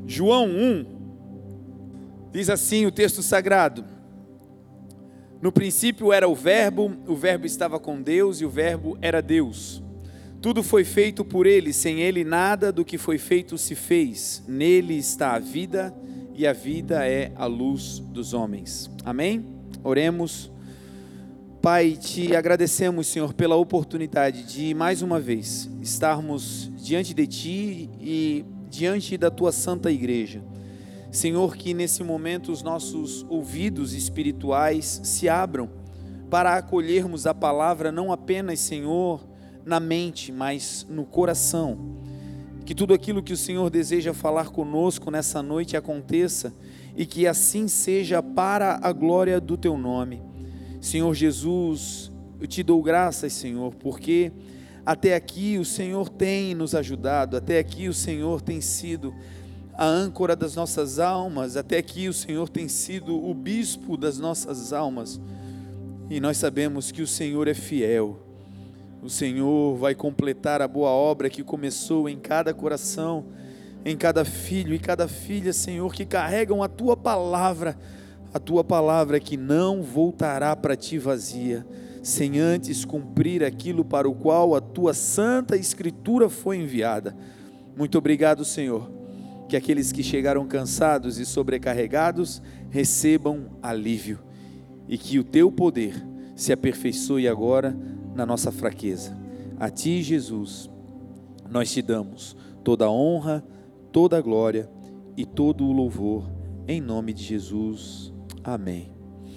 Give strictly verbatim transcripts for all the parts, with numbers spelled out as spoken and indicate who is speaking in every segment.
Speaker 1: João um, diz assim o texto sagrado: no princípio era o Verbo, o Verbo estava com Deus e o Verbo era Deus. Tudo foi feito por Ele, sem Ele nada do que foi feito se fez. Nele está a vida e a vida é a luz dos homens. Amém? Oremos. Pai, te agradecemos, Senhor, pela oportunidade de mais uma vez estarmos diante de Ti e diante da Tua Santa Igreja. Senhor, que nesse momento os nossos ouvidos espirituais se abram para acolhermos a palavra não apenas, Senhor, na mente, mas no coração. Que tudo aquilo que o Senhor deseja falar conosco nessa noite aconteça e que assim seja para a glória do Teu nome. Senhor Jesus, eu Te dou graças, Senhor, porque até aqui o Senhor tem nos ajudado, até aqui o Senhor tem sido a âncora das nossas almas, até aqui o Senhor tem sido o bispo das nossas almas, e nós sabemos que o Senhor é fiel. O Senhor vai completar a boa obra que começou em cada coração, em cada filho e cada filha, Senhor, que carregam a Tua palavra, a Tua palavra que não voltará para Ti vazia, sem antes cumprir aquilo para o qual a Tua Santa Escritura foi enviada. Muito obrigado, Senhor, que aqueles que chegaram cansados e sobrecarregados recebam alívio, e que o Teu poder se aperfeiçoe agora na nossa fraqueza. A Ti, Jesus, nós Te damos toda a honra, toda a glória e todo o louvor, em nome de Jesus. Amém.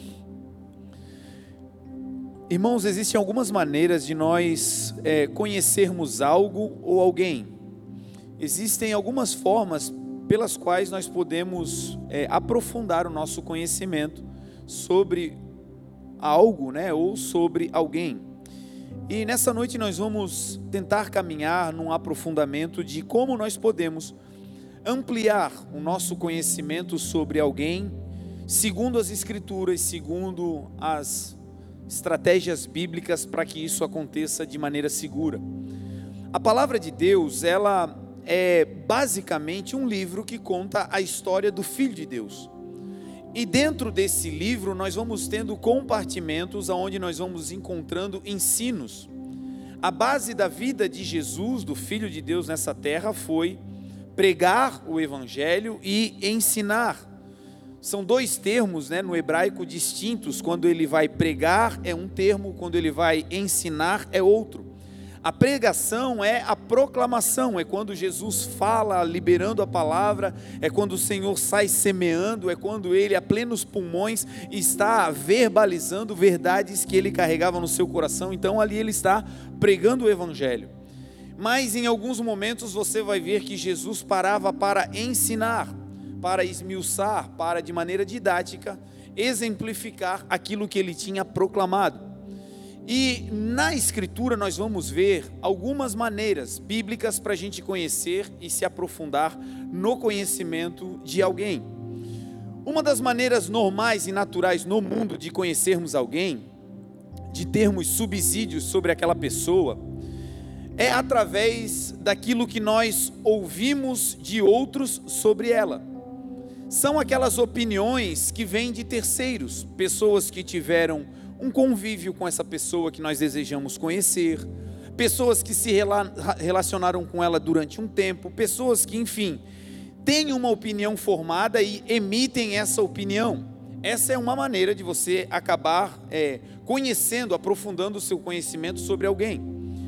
Speaker 1: Irmãos, existem algumas maneiras de nós é, conhecermos algo ou alguém. Existem algumas formas pelas quais nós podemos é, aprofundar o nosso conhecimento sobre algo, né, ou sobre alguém. E nessa noite nós vamos tentar caminhar num aprofundamento de como nós podemos ampliar o nosso conhecimento sobre alguém, segundo as Escrituras, segundo as estratégias bíblicas para que isso aconteça de maneira segura. A palavra de Deus, ela é basicamente um livro que conta a história do Filho de Deus. E dentro desse livro nós vamos tendo compartimentos onde nós vamos encontrando ensinos. A base da vida de Jesus, do Filho de Deus nessa terra, foi pregar o Evangelho e ensinar. São dois termos, né, no hebraico distintos. Quando ele vai pregar é um termo, quando ele vai ensinar é outro. A pregação é a proclamação, é quando Jesus fala liberando a palavra, é quando o Senhor sai semeando, é quando Ele a plenos pulmões está verbalizando verdades que Ele carregava no seu coração. Então ali Ele está pregando o Evangelho. Mas em alguns momentos você vai ver que Jesus parava para ensinar, para esmiuçar, para de maneira didática exemplificar aquilo que Ele tinha proclamado. E na Escritura nós vamos ver algumas maneiras bíblicas para a gente conhecer e se aprofundar no conhecimento de alguém. Uma das maneiras normais e naturais no mundo de conhecermos alguém, de termos subsídios sobre aquela pessoa, é através daquilo que nós ouvimos de outros sobre ela. São aquelas opiniões que vêm de terceiros, pessoas que tiveram um convívio com essa pessoa que nós desejamos conhecer, pessoas que se rela- relacionaram com ela durante um tempo, pessoas que, enfim, têm uma opinião formada e emitem essa opinião. Essa é uma maneira de você acabar é, conhecendo, aprofundando o seu conhecimento sobre alguém.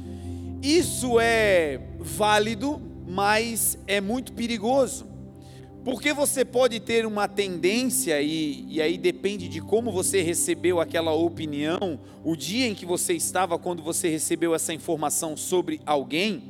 Speaker 1: Isso é válido, mas é muito perigoso. Porque você pode ter uma tendência, e, e aí depende de como você recebeu aquela opinião, o dia em que você estava quando você recebeu essa informação sobre alguém,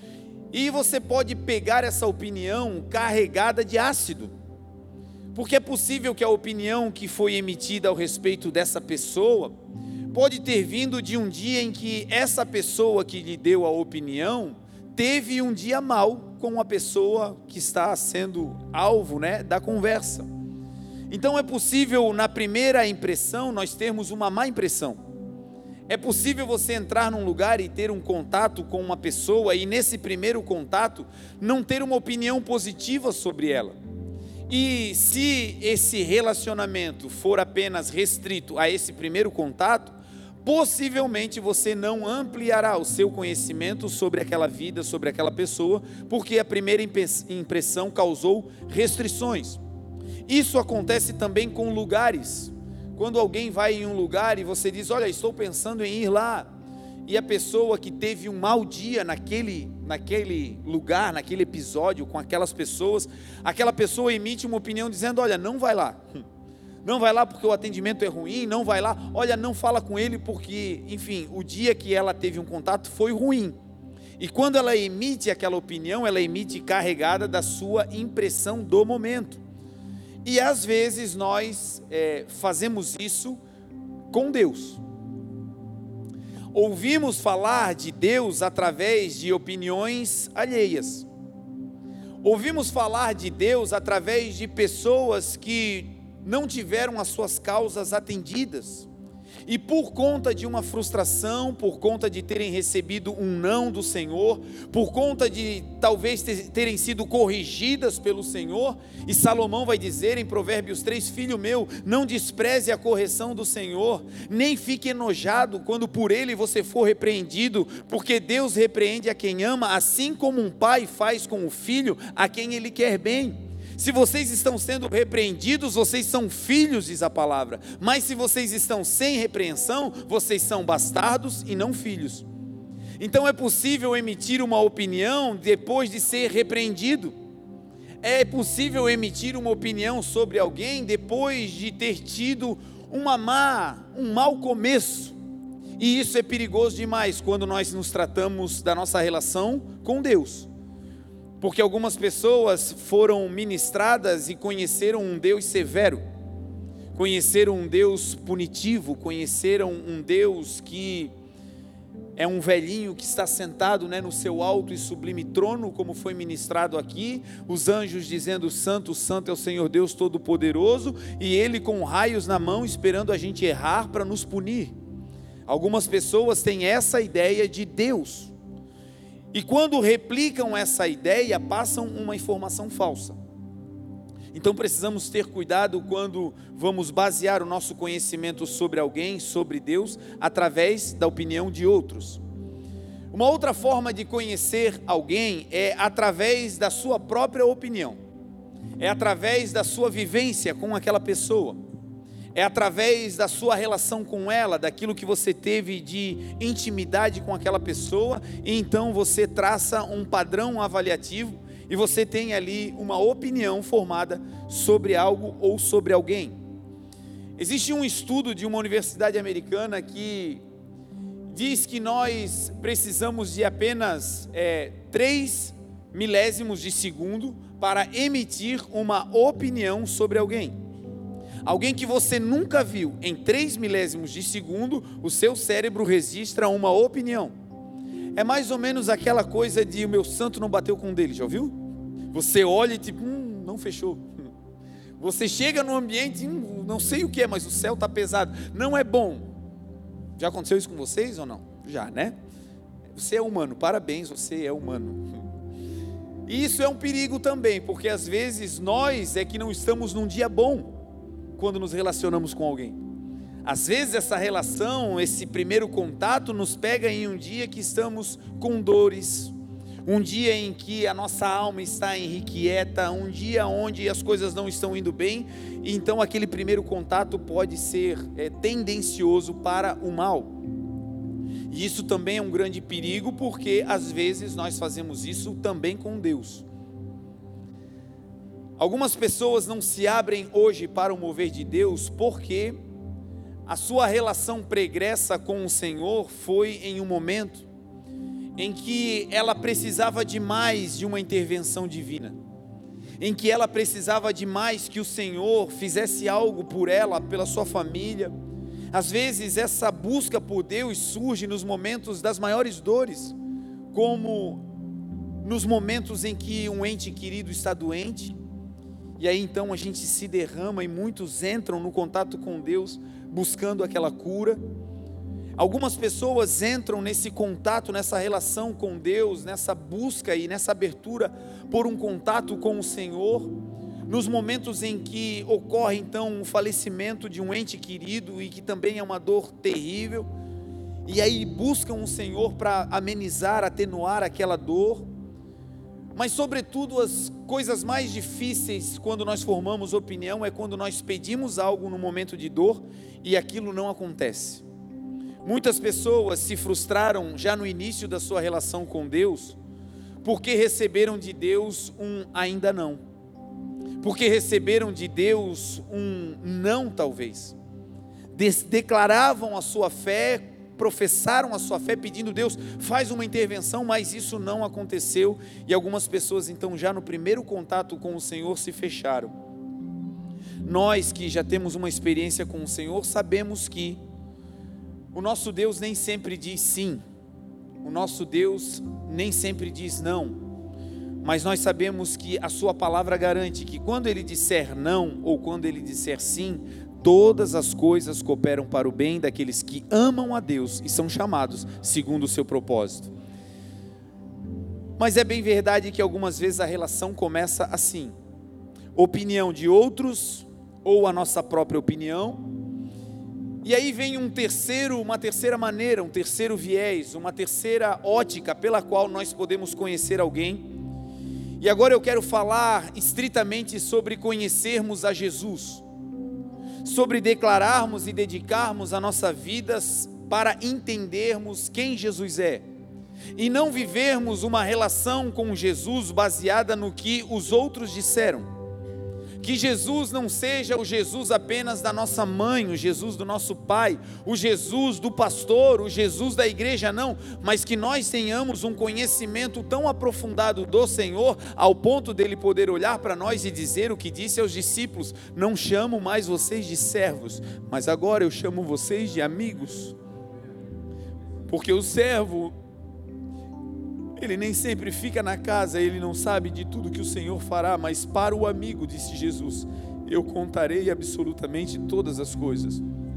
Speaker 1: e você pode pegar essa opinião carregada de ácido, porque é possível que a opinião que foi emitida ao respeito dessa pessoa, pode ter vindo de um dia em que essa pessoa que lhe deu a opinião, teve um dia mau com a pessoa que está sendo alvo, né, da conversa. Então é possível na primeira impressão nós termos uma má impressão. É possível você entrar num lugar e ter um contato com uma pessoa e nesse primeiro contato não ter uma opinião positiva sobre ela. E se esse relacionamento for apenas restrito a esse primeiro contato, possivelmente você não ampliará o seu conhecimento sobre aquela vida, sobre aquela pessoa, porque a primeira impressão causou restrições. Isso acontece também com lugares. Quando alguém vai em um lugar e você diz, olha, estou pensando em ir lá, e a pessoa que teve um mau dia naquele, naquele lugar, naquele episódio, com aquelas pessoas, aquela pessoa emite uma opinião dizendo, olha, não vai lá, não vai lá porque o atendimento é ruim, não vai lá, olha, não fala com ele porque, enfim, o dia que ela teve um contato foi ruim. E quando ela emite aquela opinião, ela emite carregada da sua impressão do momento. E às vezes nós é, fazemos isso com Deus. Ouvimos falar de Deus através de opiniões alheias. Ouvimos falar de Deus através de pessoas que não tiveram as suas causas atendidas. E por conta de uma frustração, por conta de terem recebido um não do Senhor, por conta de talvez terem sido corrigidas pelo Senhor, e Salomão vai dizer em Provérbios três, filho meu, não despreze a correção do Senhor, nem fique enojado quando por ele você for repreendido, porque Deus repreende a quem ama, assim como um pai faz com o filho a quem ele quer bem. Se vocês estão sendo repreendidos, vocês são filhos, diz a palavra. Mas se vocês estão sem repreensão, vocês são bastardos e não filhos. Então é possível emitir uma opinião depois de ser repreendido. É possível emitir uma opinião sobre alguém depois de ter tido uma má, um mau começo. E isso é perigoso demais quando nós nos tratamos da nossa relação com Deus. Porque algumas pessoas foram ministradas e conheceram um Deus severo, conheceram um Deus punitivo, conheceram um Deus que é um velhinho que está sentado, né, no seu alto e sublime trono, como foi ministrado aqui, os anjos dizendo, santo, santo é o Senhor Deus Todo-Poderoso, e Ele com raios na mão, esperando a gente errar para nos punir. Algumas pessoas têm essa ideia de Deus, e quando replicam essa ideia, passam uma informação falsa. Então precisamos ter cuidado quando vamos basear o nosso conhecimento sobre alguém, sobre Deus, através da opinião de outros. Uma outra forma de conhecer alguém é através da sua própria opinião, é através da sua vivência com aquela pessoa, é através da sua relação com ela, daquilo que você teve de intimidade com aquela pessoa, e então você traça um padrão avaliativo, e você tem ali uma opinião formada sobre algo ou sobre alguém. Existe um estudo de uma universidade americana que diz que nós precisamos de apenas é, três milésimos de segundo para emitir uma opinião sobre alguém. Alguém que você nunca viu, em três milésimos de segundo, o seu cérebro registra uma opinião. É mais ou menos aquela coisa de o meu santo não bateu com o dele, já ouviu? Você olha e tipo, hum, não fechou. Você chega no ambiente, hum, não sei o que é, mas o céu está pesado. Não é bom. Já aconteceu isso com vocês ou não? Já, né? Você é humano, parabéns, você é humano. E isso é um perigo também, porque às vezes nós é que não estamos num dia bom quando nos relacionamos com alguém. Às vezes essa relação, esse primeiro contato nos pega em um dia que estamos com dores, um dia em que a nossa alma está irrequieta, um dia onde as coisas não estão indo bem, e então aquele primeiro contato pode ser é, tendencioso para o mal. E isso também é um grande perigo, porque às vezes nós fazemos isso também com Deus. Algumas pessoas não se abrem hoje para o mover de Deus porque a sua relação pregressa com o Senhor foi em um momento em que ela precisava demais de uma intervenção divina, em que ela precisava demais que o Senhor fizesse algo por ela, pela sua família. Às vezes essa busca por Deus surge nos momentos das maiores dores, como nos momentos em que um ente querido está doente, e aí então a gente se derrama e muitos entram no contato com Deus buscando aquela cura. Algumas pessoas entram nesse contato, nessa relação com Deus, nessa busca e nessa abertura por um contato com o Senhor, nos momentos em que ocorre então o falecimento de um ente querido e que também é uma dor terrível, e aí buscam o Senhor para amenizar, atenuar aquela dor. Mas sobretudo as coisas mais difíceis quando nós formamos opinião é quando nós pedimos algo no momento de dor e aquilo não acontece. Muitas pessoas se frustraram já no início da sua relação com Deus, porque receberam de Deus um ainda não, porque receberam de Deus um não talvez, Des- declaravam a sua fé, professaram a sua fé pedindo: Deus, faz uma intervenção, mas isso não aconteceu, e algumas pessoas então já no primeiro contato com o Senhor se fecharam. Nós que já temos uma experiência com o Senhor sabemos que o nosso Deus nem sempre diz sim, o nosso Deus nem sempre diz não, mas nós sabemos que a sua palavra garante que quando Ele disser não ou quando Ele disser sim, todas as coisas cooperam para o bem daqueles que amam a Deus e são chamados segundo o seu propósito. Mas é bem verdade que algumas vezes a relação começa assim: opinião de outros ou a nossa própria opinião. E aí vem um terceiro, uma terceira maneira, um terceiro viés, uma terceira ótica pela qual nós podemos conhecer alguém. E agora eu quero falar estritamente sobre conhecermos a Jesus, sobre declararmos e dedicarmos a nossa vida para entendermos quem Jesus é, e não vivermos uma relação com Jesus baseada no que os outros disseram. Que Jesus não seja o Jesus apenas da nossa mãe, o Jesus do nosso pai, o Jesus do pastor, o Jesus da igreja, não, mas que nós tenhamos um conhecimento tão aprofundado do Senhor, ao ponto dele poder olhar para nós e dizer o que disse aos discípulos: não chamo mais vocês de servos, mas agora eu chamo vocês de amigos, porque o servo, ele nem sempre fica na casa, ele não sabe de tudo que o Senhor fará, mas para o amigo, disse Jesus, eu contarei absolutamente todas as coisas.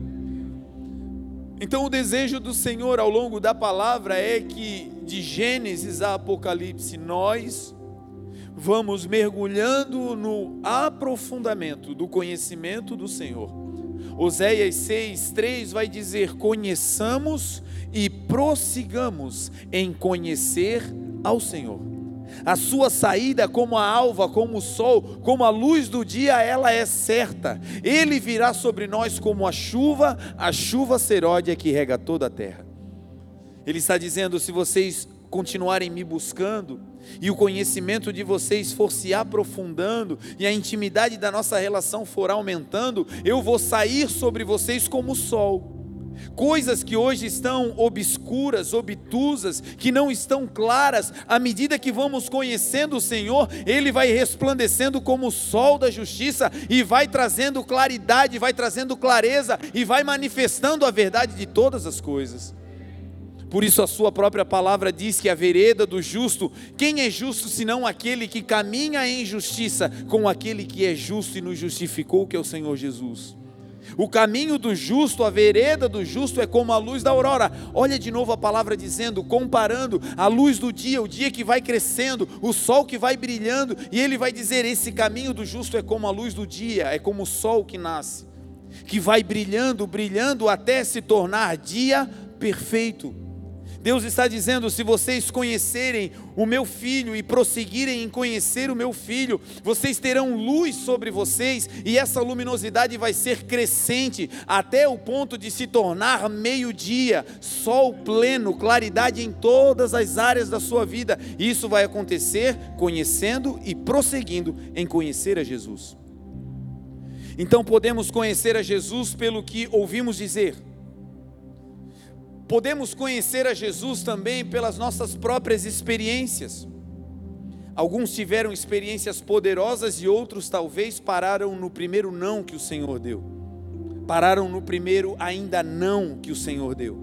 Speaker 1: Então o desejo do Senhor ao longo da palavra é que de Gênesis a Apocalipse nós vamos mergulhando no aprofundamento do conhecimento do Senhor. Oséias seis, três vai dizer: conheçamos e prossigamos em conhecer ao Senhor. A sua saída como a alva, como o sol, como a luz do dia, ela é certa. Ele virá sobre nós como a chuva, a chuva seródia que rega toda a terra. Ele está dizendo: se vocês continuarem me buscando, e o conhecimento de vocês for se aprofundando, e a intimidade da nossa relação for aumentando, eu vou sair sobre vocês como o sol. Coisas que hoje estão obscuras, obtusas, que não estão claras, à medida que vamos conhecendo o Senhor, Ele vai resplandecendo como o sol da justiça, e vai trazendo claridade, vai trazendo clareza, e vai manifestando a verdade de todas as coisas. Por isso a sua própria palavra diz que a vereda do justo, quem é justo senão aquele que caminha em justiça com aquele que é justo e nos justificou, que é o Senhor Jesus. O caminho do justo, a vereda do justo é como a luz da aurora. Olha de novo a palavra dizendo, comparando a luz do dia, o dia que vai crescendo, o sol que vai brilhando, e ele vai dizer: esse caminho do justo é como a luz do dia, é como o sol que nasce, que vai brilhando, brilhando até se tornar dia perfeito. Deus está dizendo: se vocês conhecerem o meu filho e prosseguirem em conhecer o meu filho, vocês terão luz sobre vocês, e essa luminosidade vai ser crescente até o ponto de se tornar meio-dia, sol pleno, claridade em todas as áreas da sua vida. E isso vai acontecer conhecendo e prosseguindo em conhecer a Jesus. Então podemos conhecer a Jesus pelo que ouvimos dizer. Podemos conhecer a Jesus também pelas nossas próprias experiências. Alguns tiveram experiências poderosas e outros talvez pararam no primeiro não que o Senhor deu. Pararam no primeiro ainda não que o Senhor deu.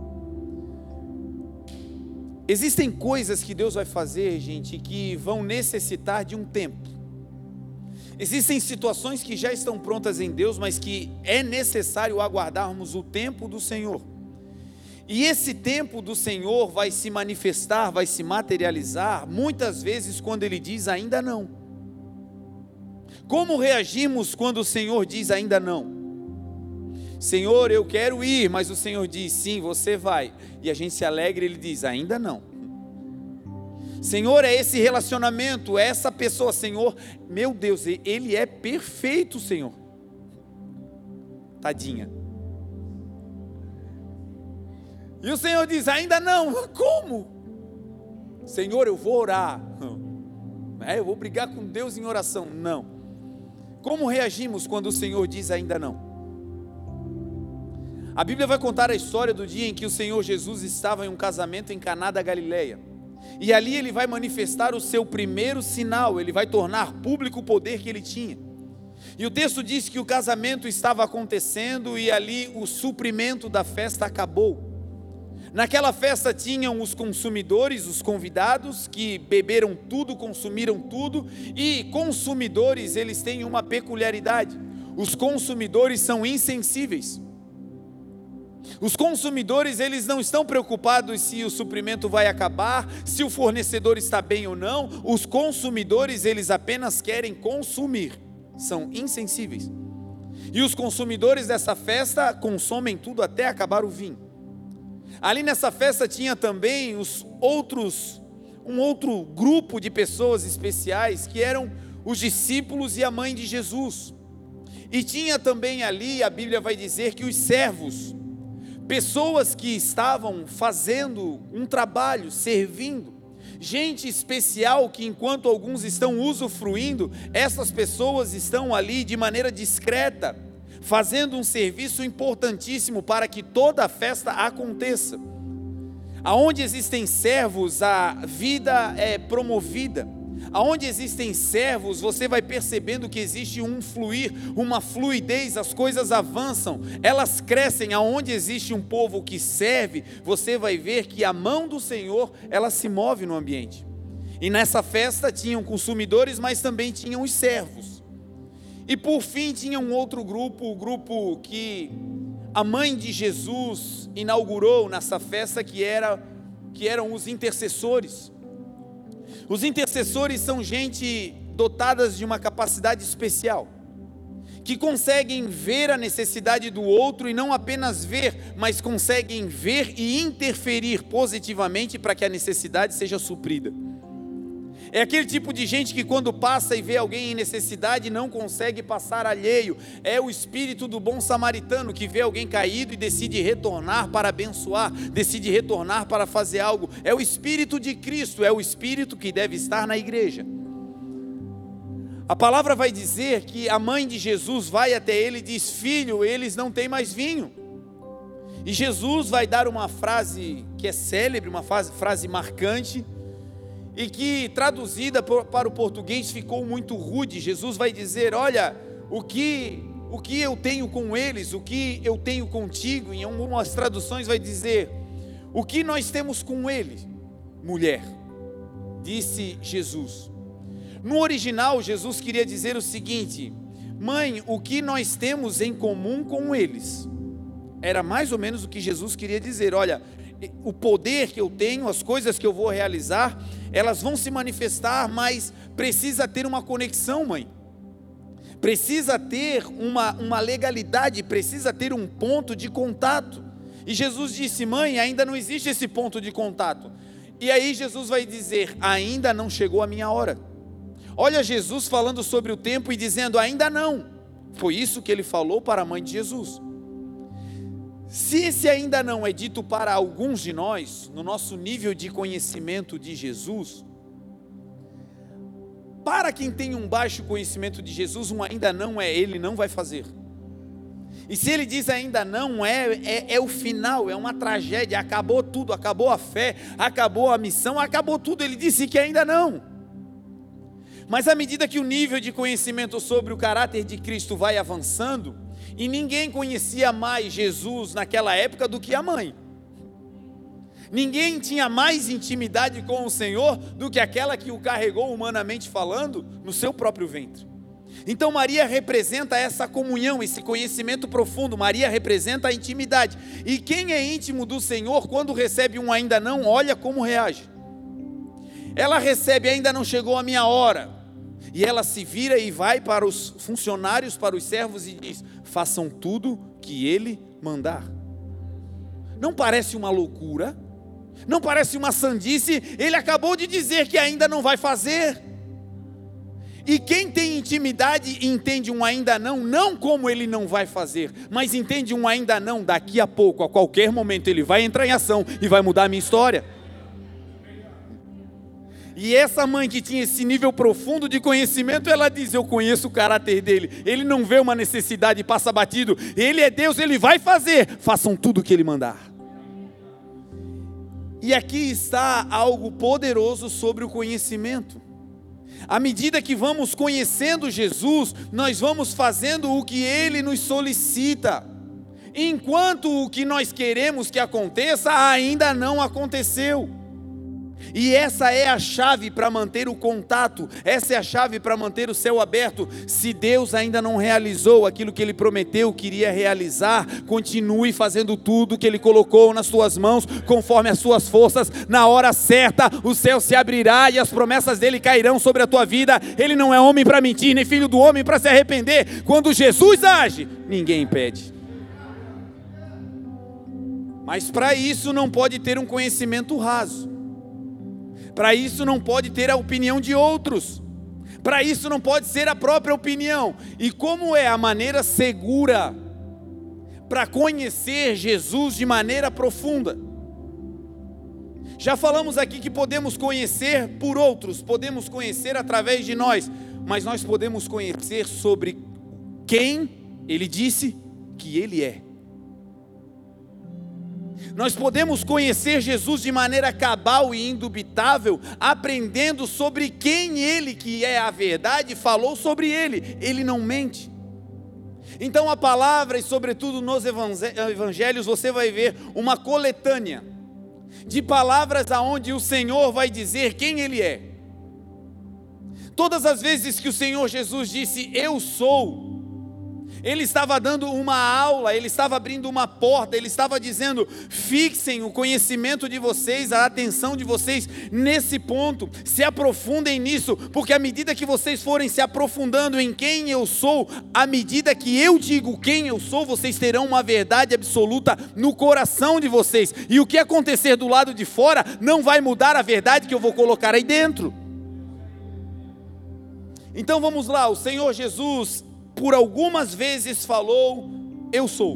Speaker 1: Existem coisas que Deus vai fazer, gente, que vão necessitar de um tempo. Existem situações que já estão prontas em Deus, mas que é necessário aguardarmos o tempo do Senhor. E esse tempo do Senhor vai se manifestar, vai se materializar, muitas vezes quando Ele diz ainda não. Como reagimos quando o Senhor diz ainda não? Senhor, eu quero ir, mas o Senhor diz, sim, você vai. E a gente se alegra e Ele diz, ainda não. Senhor, é esse relacionamento, é essa pessoa, Senhor, meu Deus, Ele é perfeito, Senhor. Tadinha. E o Senhor diz, ainda não, como? Senhor, eu vou orar, é, eu vou brigar com Deus em oração, não. Como reagimos quando o Senhor diz ainda não? A Bíblia vai contar a história do dia em que o Senhor Jesus estava em um casamento em Caná da Galileia, e ali Ele vai manifestar o seu primeiro sinal, Ele vai tornar público o poder que Ele tinha. E o texto diz que o casamento estava acontecendo e ali o suprimento da festa acabou. Naquela festa tinham os consumidores, os convidados, que beberam tudo, consumiram tudo, e consumidores, eles têm uma peculiaridade, os consumidores são insensíveis. Os consumidores, eles não estão preocupados se o suprimento vai acabar, se o fornecedor está bem ou não, os consumidores, eles apenas querem consumir, são insensíveis. E os consumidores dessa festa consomem tudo até acabar o vinho. Ali nessa festa tinha também os outros, um outro grupo de pessoas especiais, que eram os discípulos e a mãe de Jesus. E tinha também ali, a Bíblia vai dizer que os servos, pessoas que estavam fazendo um trabalho, servindo, gente especial que enquanto alguns estão usufruindo, essas pessoas estão ali de maneira discreta, fazendo um serviço importantíssimo para que toda a festa aconteça. Aonde existem servos, a vida é promovida. Aonde existem servos, você vai percebendo que existe um fluir, uma fluidez, as coisas avançam, elas crescem. Aonde existe um povo que serve, você vai ver que a mão do Senhor, ela se move no ambiente. E nessa festa tinham consumidores, mas também tinham os servos. E por fim tinha um outro grupo, o grupo que a mãe de Jesus inaugurou nessa festa, que, era, que eram os intercessores. Os intercessores são gente dotadas de uma capacidade especial, que conseguem ver a necessidade do outro e não apenas ver, mas conseguem ver e interferir positivamente para que a necessidade seja suprida. É aquele tipo de gente que quando passa e vê alguém em necessidade não consegue passar alheio. É o espírito do bom samaritano que vê alguém caído e decide retornar para abençoar, decide retornar para fazer algo. É o espírito de Cristo, é o espírito que deve estar na igreja. A palavra vai dizer que a mãe de Jesus vai até ele e diz: filho, eles não têm mais vinho. E Jesus vai dar uma frase que é célebre, uma frase, frase marcante, e que traduzida para o português ficou muito rude. Jesus vai dizer: olha, o que, o que eu tenho com eles, o que eu tenho contigo. Em algumas traduções vai dizer: o que nós temos com ele, mulher? Disse Jesus. No original, Jesus queria dizer o seguinte: mãe, o que nós temos em comum com eles? Era mais ou menos o que Jesus queria dizer. Olha, o poder que eu tenho, as coisas que eu vou realizar, elas vão se manifestar, mas precisa ter uma conexão, mãe. Precisa ter uma, uma legalidade, precisa ter um ponto de contato. E Jesus disse: mãe, ainda não existe esse ponto de contato. E aí Jesus vai dizer: ainda não chegou a minha hora. Olha Jesus falando sobre o tempo e dizendo: ainda não. Foi isso que ele falou para a mãe de Jesus. Se esse ainda não é dito para alguns de nós, no nosso nível de conhecimento de Jesus, para quem tem um baixo conhecimento de Jesus, um ainda não é ele não vai fazer. E se ele diz ainda não, é, é, é o final, é uma tragédia, acabou tudo, acabou a fé, acabou a missão, acabou tudo. Ele disse que ainda não. Mas à medida que o nível de conhecimento sobre o caráter de Cristo vai avançando, e ninguém conhecia mais Jesus naquela época do que a mãe. Ninguém tinha mais intimidade com o Senhor do que aquela que o carregou humanamente falando no seu próprio ventre. Então Maria representa essa comunhão, esse conhecimento profundo. Maria representa a intimidade. E quem é íntimo do Senhor, quando recebe um ainda não, olha como reage. Ela recebe, ainda não chegou a minha hora. E ela se vira e vai para os funcionários, para os servos e diz: façam tudo que ele mandar. Não parece uma loucura? Não parece uma sandice? Ele acabou de dizer que ainda não vai fazer. E quem tem intimidade entende um ainda não, não como ele não vai fazer, mas entende um ainda não, daqui a pouco, a qualquer momento ele vai entrar em ação e vai mudar a minha história. E essa mãe que tinha esse nível profundo de conhecimento, ela diz: eu conheço o caráter dele, ele não vê uma necessidade e passa batido, ele é Deus, ele vai fazer, façam tudo o que ele mandar. E aqui está algo poderoso sobre o conhecimento. À medida que vamos conhecendo Jesus, nós vamos fazendo o que Ele nos solicita, enquanto o que nós queremos que aconteça ainda não aconteceu. E essa é a chave para manter o contato, essa é a chave para manter o céu aberto. Se Deus ainda não realizou aquilo que Ele prometeu que iria realizar, continue fazendo tudo que Ele colocou nas suas mãos, conforme as suas forças. Na hora certa, o céu se abrirá e as promessas dEle cairão sobre a tua vida. Ele não é homem para mentir, nem filho do homem para se arrepender. Quando Jesus age, ninguém impede. Mas para isso não pode ter um conhecimento raso. Para isso não pode ter a opinião de outros. Para isso não pode ser a própria opinião. E como é a maneira segura para conhecer Jesus de maneira profunda? Já falamos aqui que podemos conhecer por outros, podemos conhecer através de nós, mas nós podemos conhecer sobre quem Ele disse que Ele é. Nós podemos conhecer Jesus de maneira cabal e indubitável, aprendendo sobre quem Ele, que é a verdade, falou sobre Ele. Ele não mente. Então a palavra, e sobretudo nos evangelhos, você vai ver uma coletânea de palavras aonde o Senhor vai dizer quem Ele é. Todas as vezes que o Senhor Jesus disse eu sou, Ele estava dando uma aula, Ele estava abrindo uma porta, Ele estava dizendo: fixem o conhecimento de vocês, a atenção de vocês nesse ponto, se aprofundem nisso, porque à medida que vocês forem se aprofundando em quem eu sou, à medida que eu digo quem eu sou, vocês terão uma verdade absoluta no coração de vocês, e o que acontecer do lado de fora não vai mudar a verdade que eu vou colocar aí dentro. Então vamos lá, o Senhor Jesus por algumas vezes falou eu sou.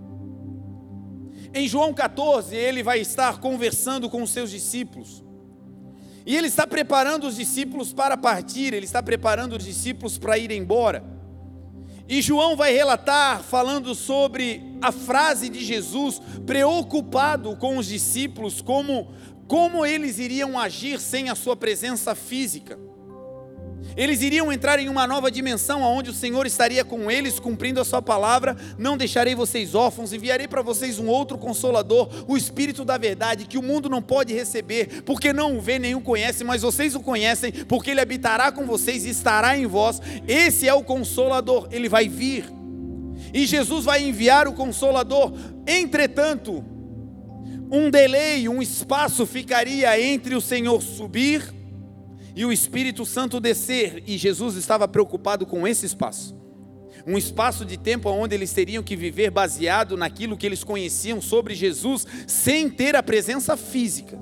Speaker 1: Em João catorze, Ele vai estar conversando com os seus discípulos, e Ele está preparando os discípulos para partir, Ele está preparando os discípulos para ir embora, e João vai relatar falando sobre a frase de Jesus, preocupado com os discípulos, como, como eles iriam agir sem a sua presença física. Eles iriam entrar em uma nova dimensão, onde o Senhor estaria com eles, cumprindo a sua palavra. Não deixarei vocês órfãos, enviarei para vocês um outro Consolador, o Espírito da verdade, que o mundo não pode receber, porque não o vê, nem o conhece, mas vocês o conhecem, porque Ele habitará com vocês e estará em vós. Esse é o Consolador, Ele vai vir, e Jesus vai enviar o Consolador. Entretanto, um delay, um espaço ficaria entre o Senhor subir e o Espírito Santo descer, e Jesus estava preocupado com esse espaço, um espaço de tempo onde eles teriam que viver baseado naquilo que eles conheciam sobre Jesus, sem ter a presença física.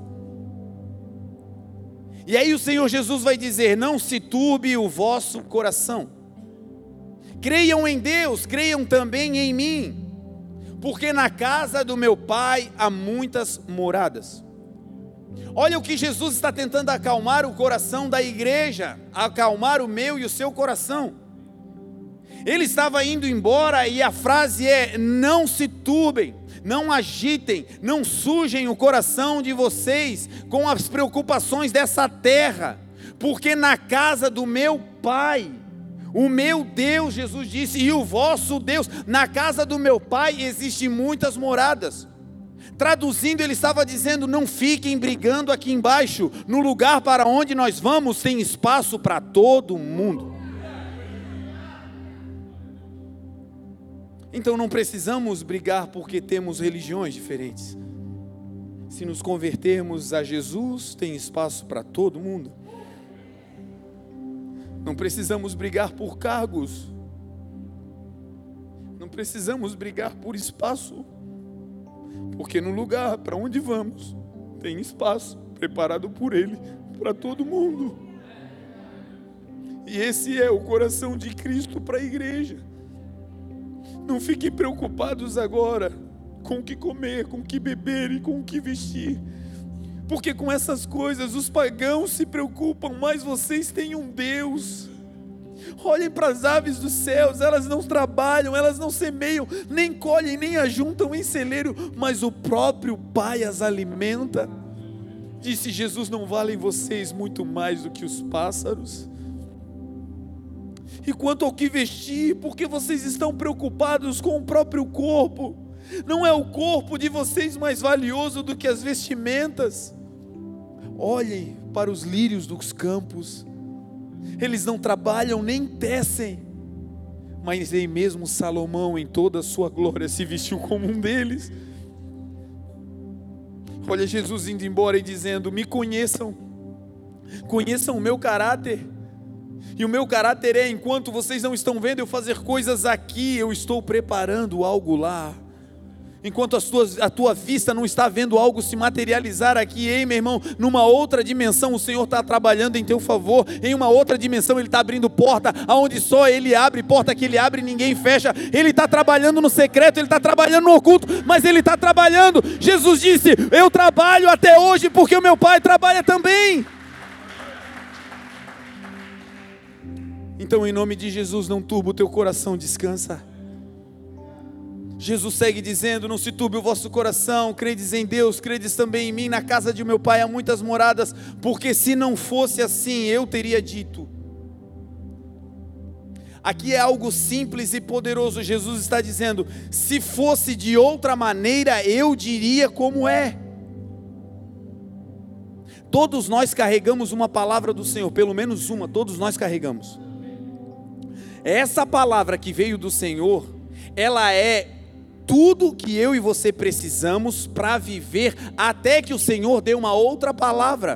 Speaker 1: E aí o Senhor Jesus vai dizer: não se turbe o vosso coração, creiam em Deus, creiam também em mim, porque na casa do meu Pai há muitas moradas. Olha o que Jesus está tentando acalmar o coração da igreja, acalmar o meu e o seu coração. Ele estava indo embora e a frase é: não se turbem, não agitem, não sujem o coração de vocês com as preocupações dessa terra, porque na casa do meu Pai, o meu Deus, Jesus disse, e o vosso Deus, na casa do meu Pai existem muitas moradas. Traduzindo, ele estava dizendo: não fiquem brigando aqui embaixo, no lugar para onde nós vamos tem espaço para todo mundo. Então não precisamos brigar porque temos religiões diferentes. Se nos convertermos a Jesus, tem espaço para todo mundo. Não precisamos brigar por cargos. Não precisamos brigar por espaço. Porque no lugar para onde vamos, tem espaço preparado por Ele para todo mundo. E esse é o coração de Cristo para a igreja. Não fiquem preocupados agora com o que comer, com o que beber e com o que vestir. Porque com essas coisas os pagãos se preocupam, mas vocês têm um Deus. Olhem para as aves dos céus, elas não trabalham, elas não semeiam, nem colhem, nem ajuntam em celeiro, mas o próprio Pai as alimenta. Disse Jesus: não valem vocês muito mais do que os pássaros? E quanto ao que vestir, por que vocês estão preocupados com o próprio corpo? Não é o corpo de vocês mais valioso do que as vestimentas? Olhem para os lírios dos campos, eles não trabalham nem tecem, mas nem mesmo Salomão em toda a sua glória se vestiu como um deles. Olha Jesus indo embora e dizendo: me conheçam, conheçam o meu caráter. E o meu caráter é, enquanto vocês não estão vendo eu fazer coisas aqui, eu estou preparando algo lá. Enquanto as tuas, a tua vista não está vendo algo se materializar aqui, ei meu irmão, numa outra dimensão o Senhor está trabalhando em teu favor. Em uma outra dimensão Ele está abrindo porta, aonde só Ele abre, porta que Ele abre e ninguém fecha. Ele está trabalhando no secreto, Ele está trabalhando no oculto, mas Ele está trabalhando. Jesus disse: eu trabalho até hoje porque o meu Pai trabalha também. Então, em nome de Jesus, não turba o teu coração, descansa. Jesus segue dizendo: não se turbe o vosso coração, credes em Deus, credes também em mim. Na casa de meu Pai há muitas moradas, porque se não fosse assim, eu teria dito. Aqui é algo simples e poderoso. Jesus está dizendo: se fosse de outra maneira, eu diria como é. Todos nós carregamos uma palavra do Senhor, pelo menos uma, todos nós carregamos. Essa palavra que veio do Senhor, ela é tudo que eu e você precisamos para viver, até que o Senhor dê uma outra palavra.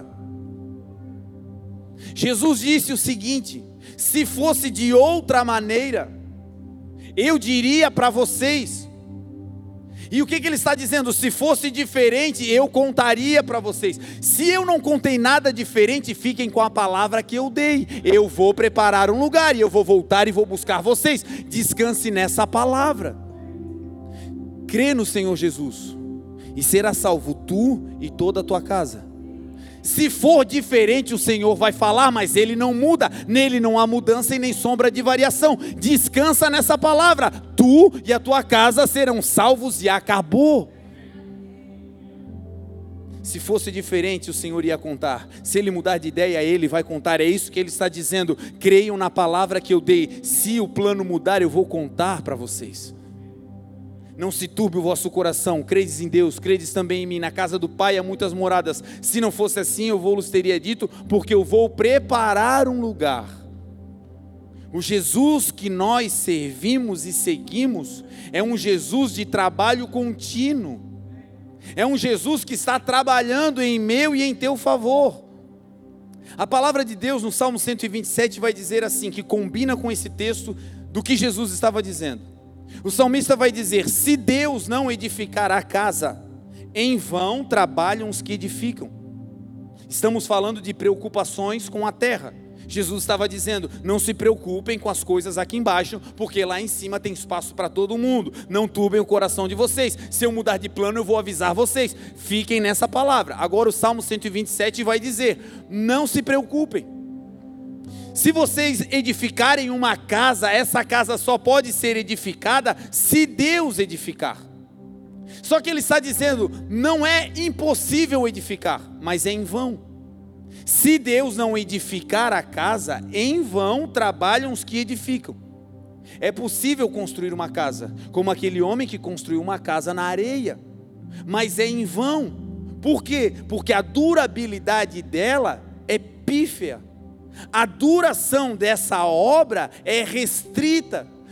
Speaker 1: Jesus disse o seguinte: se fosse de outra maneira, eu diria para vocês. E o que, que ele está dizendo? Se fosse diferente, eu contaria para vocês. Se eu não contei nada diferente, fiquem com a palavra que eu dei. Eu vou preparar um lugar e eu vou voltar e vou buscar vocês. Descanse nessa palavra. Crê no Senhor Jesus e será salvo tu e toda a tua casa. Se for diferente, o Senhor vai falar, mas Ele não muda, nele não há mudança e nem sombra de variação. Descansa nessa palavra, tu e a tua casa serão salvos e acabou. Se fosse diferente, o Senhor ia contar. Se Ele mudar de ideia, Ele vai contar. É isso que Ele está dizendo: creiam na palavra que eu dei. Se o plano mudar, eu vou contar para vocês. Não se turbe o vosso coração, credes em Deus, credes também em mim. Na casa do Pai há muitas moradas. Se não fosse assim, eu vou-lhes teria dito, porque eu vou preparar um lugar. O Jesus que nós servimos e seguimos é um Jesus de trabalho contínuo. É um Jesus que está trabalhando em meu e em teu favor. A palavra de Deus no Salmo cento e vinte e sete vai dizer assim, que combina com esse texto do que Jesus estava dizendo. O salmista vai dizer: se Deus não edificar a casa, em vão trabalham os que edificam. Estamos falando de preocupações com a terra. Jesus estava dizendo: não se preocupem com as coisas aqui embaixo, porque lá em cima tem espaço para todo mundo. Não turbem o coração de vocês. Se eu mudar de plano, eu vou avisar vocês. Fiquem nessa palavra. Agora o Salmo cento e vinte e sete vai dizer: não se preocupem. Se vocês edificarem uma casa, essa casa só pode ser edificada se Deus edificar. Só que ele está dizendo: não é impossível edificar, mas é em vão. Se Deus não edificar a casa, em vão trabalham os que edificam. É possível construir uma casa, como aquele homem que construiu uma casa na areia, mas é em vão. Por quê? Porque a durabilidade dela é pífia. A duração dessa obra é restrita,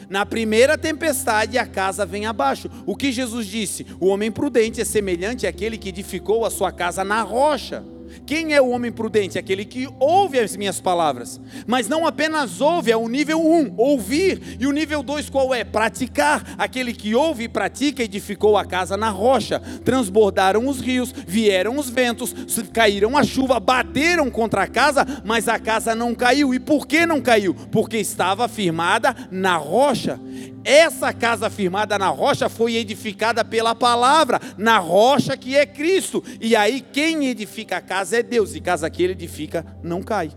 Speaker 1: Na primeira tempestade a casa vem abaixo. O que Jesus disse? O homem prudente é semelhante àquele que edificou a sua casa na rocha. Quem é o homem prudente? Aquele que ouve as minhas palavras. Mas não apenas ouve, é o nível um, ouvir. E o nível dois qual é? Praticar. Aquele que ouve e pratica edificou a casa na rocha. Transbordaram os rios, vieram os ventos, caíram a chuva, bateram contra a casa, mas a casa não caiu. E por que não caiu? Porque estava firmada na rocha. Essa casa firmada na rocha foi edificada pela palavra, na rocha que é Cristo. E aí quem edifica a casa é Deus, e casa que ele edifica não cai.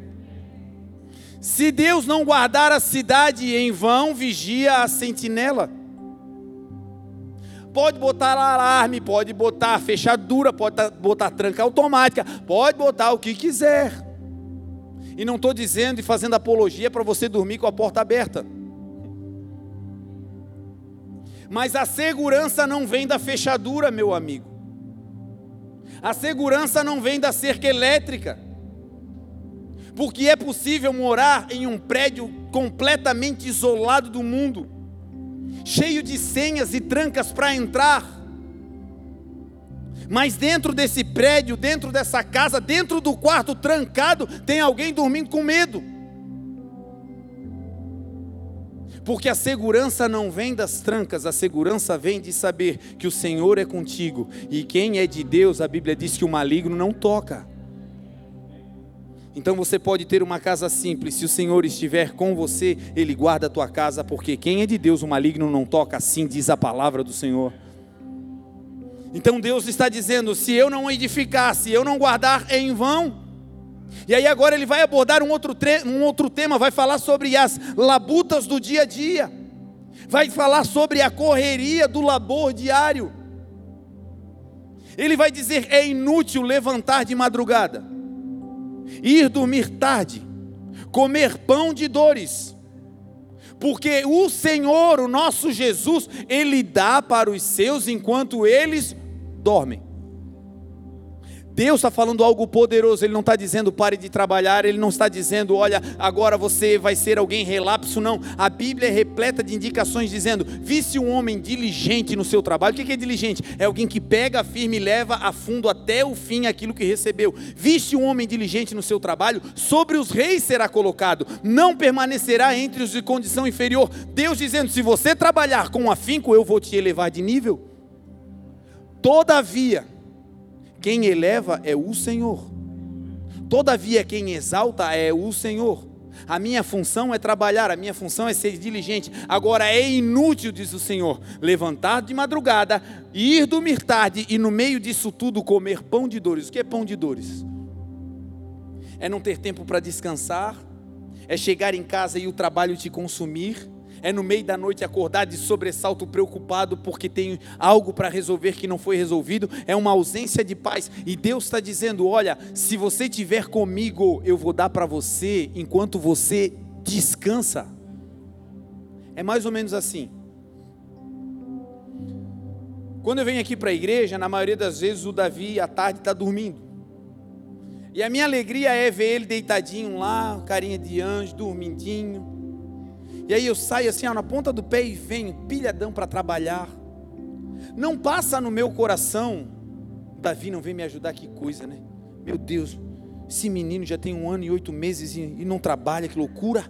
Speaker 1: Se Deus não guardar a cidade, em vão vigia a sentinela. Pode botar alarme, pode botar fechadura, pode botar tranca automática, pode botar o que quiser. E não estou dizendo e fazendo apologia para você dormir com a porta aberta. Mas a segurança não vem da fechadura, meu amigo. A segurança não vem da cerca elétrica. Porque é possível morar em um prédio completamente isolado do mundo, cheio de senhas e trancas para entrar. Mas dentro desse prédio, dentro dessa casa, dentro do quarto trancado, tem alguém dormindo com medo. Porque a segurança não vem das trancas, a segurança vem de saber que o Senhor é contigo. E quem é de Deus, a Bíblia diz que o maligno não toca. Então você pode ter uma casa simples, se o Senhor estiver com você, Ele guarda a tua casa, porque quem é de Deus, o maligno não toca, assim diz a palavra do Senhor. Então Deus está dizendo, se eu não edificar, se eu não guardar, é em vão. E aí agora ele vai abordar um outro, um outro tema, vai falar sobre as labutas do dia a dia, vai falar sobre a correria do labor diário. Ele vai dizer, é inútil levantar de madrugada, ir dormir tarde, comer pão de dores, porque o Senhor, o nosso Jesus, Ele dá para os seus enquanto eles dormem. Deus está falando algo poderoso, Ele não está dizendo pare de trabalhar, Ele não está dizendo olha, agora você vai ser alguém relapso, não. A Bíblia é repleta de indicações dizendo, visse um homem diligente no seu trabalho. O que é diligente? É alguém que pega firme e leva a fundo até o fim aquilo que recebeu. Viste um homem diligente no seu trabalho, sobre os reis será colocado, não permanecerá entre os de condição inferior. Deus dizendo, se você trabalhar com afinco, eu vou te elevar de nível. Todavia, quem eleva é o Senhor. Todavia, quem exalta é o Senhor. A minha função é trabalhar, a minha função é ser diligente. Agora é inútil, diz o Senhor, levantar de madrugada, ir dormir tarde e no meio disso tudo comer pão de dores. O que é pão de dores? É não ter tempo para descansar, é chegar em casa e o trabalho te consumir, é no meio da noite acordar de sobressalto preocupado porque tem algo para resolver que não foi resolvido, é uma ausência de paz. E Deus está dizendo, olha, se você estiver comigo, eu vou dar para você enquanto você descansa. É mais ou menos assim. Quando eu venho aqui para a igreja, na maioria das vezes o Davi à tarde está dormindo. E a minha alegria é ver ele deitadinho lá, carinha de anjo, dormidinho. E aí eu saio assim, ó, na ponta do pé e venho pilhadão para trabalhar. Não passa no meu coração, Davi não vem me ajudar, que coisa, né? Meu Deus, esse menino já tem um ano e oito meses e, e não trabalha, que loucura.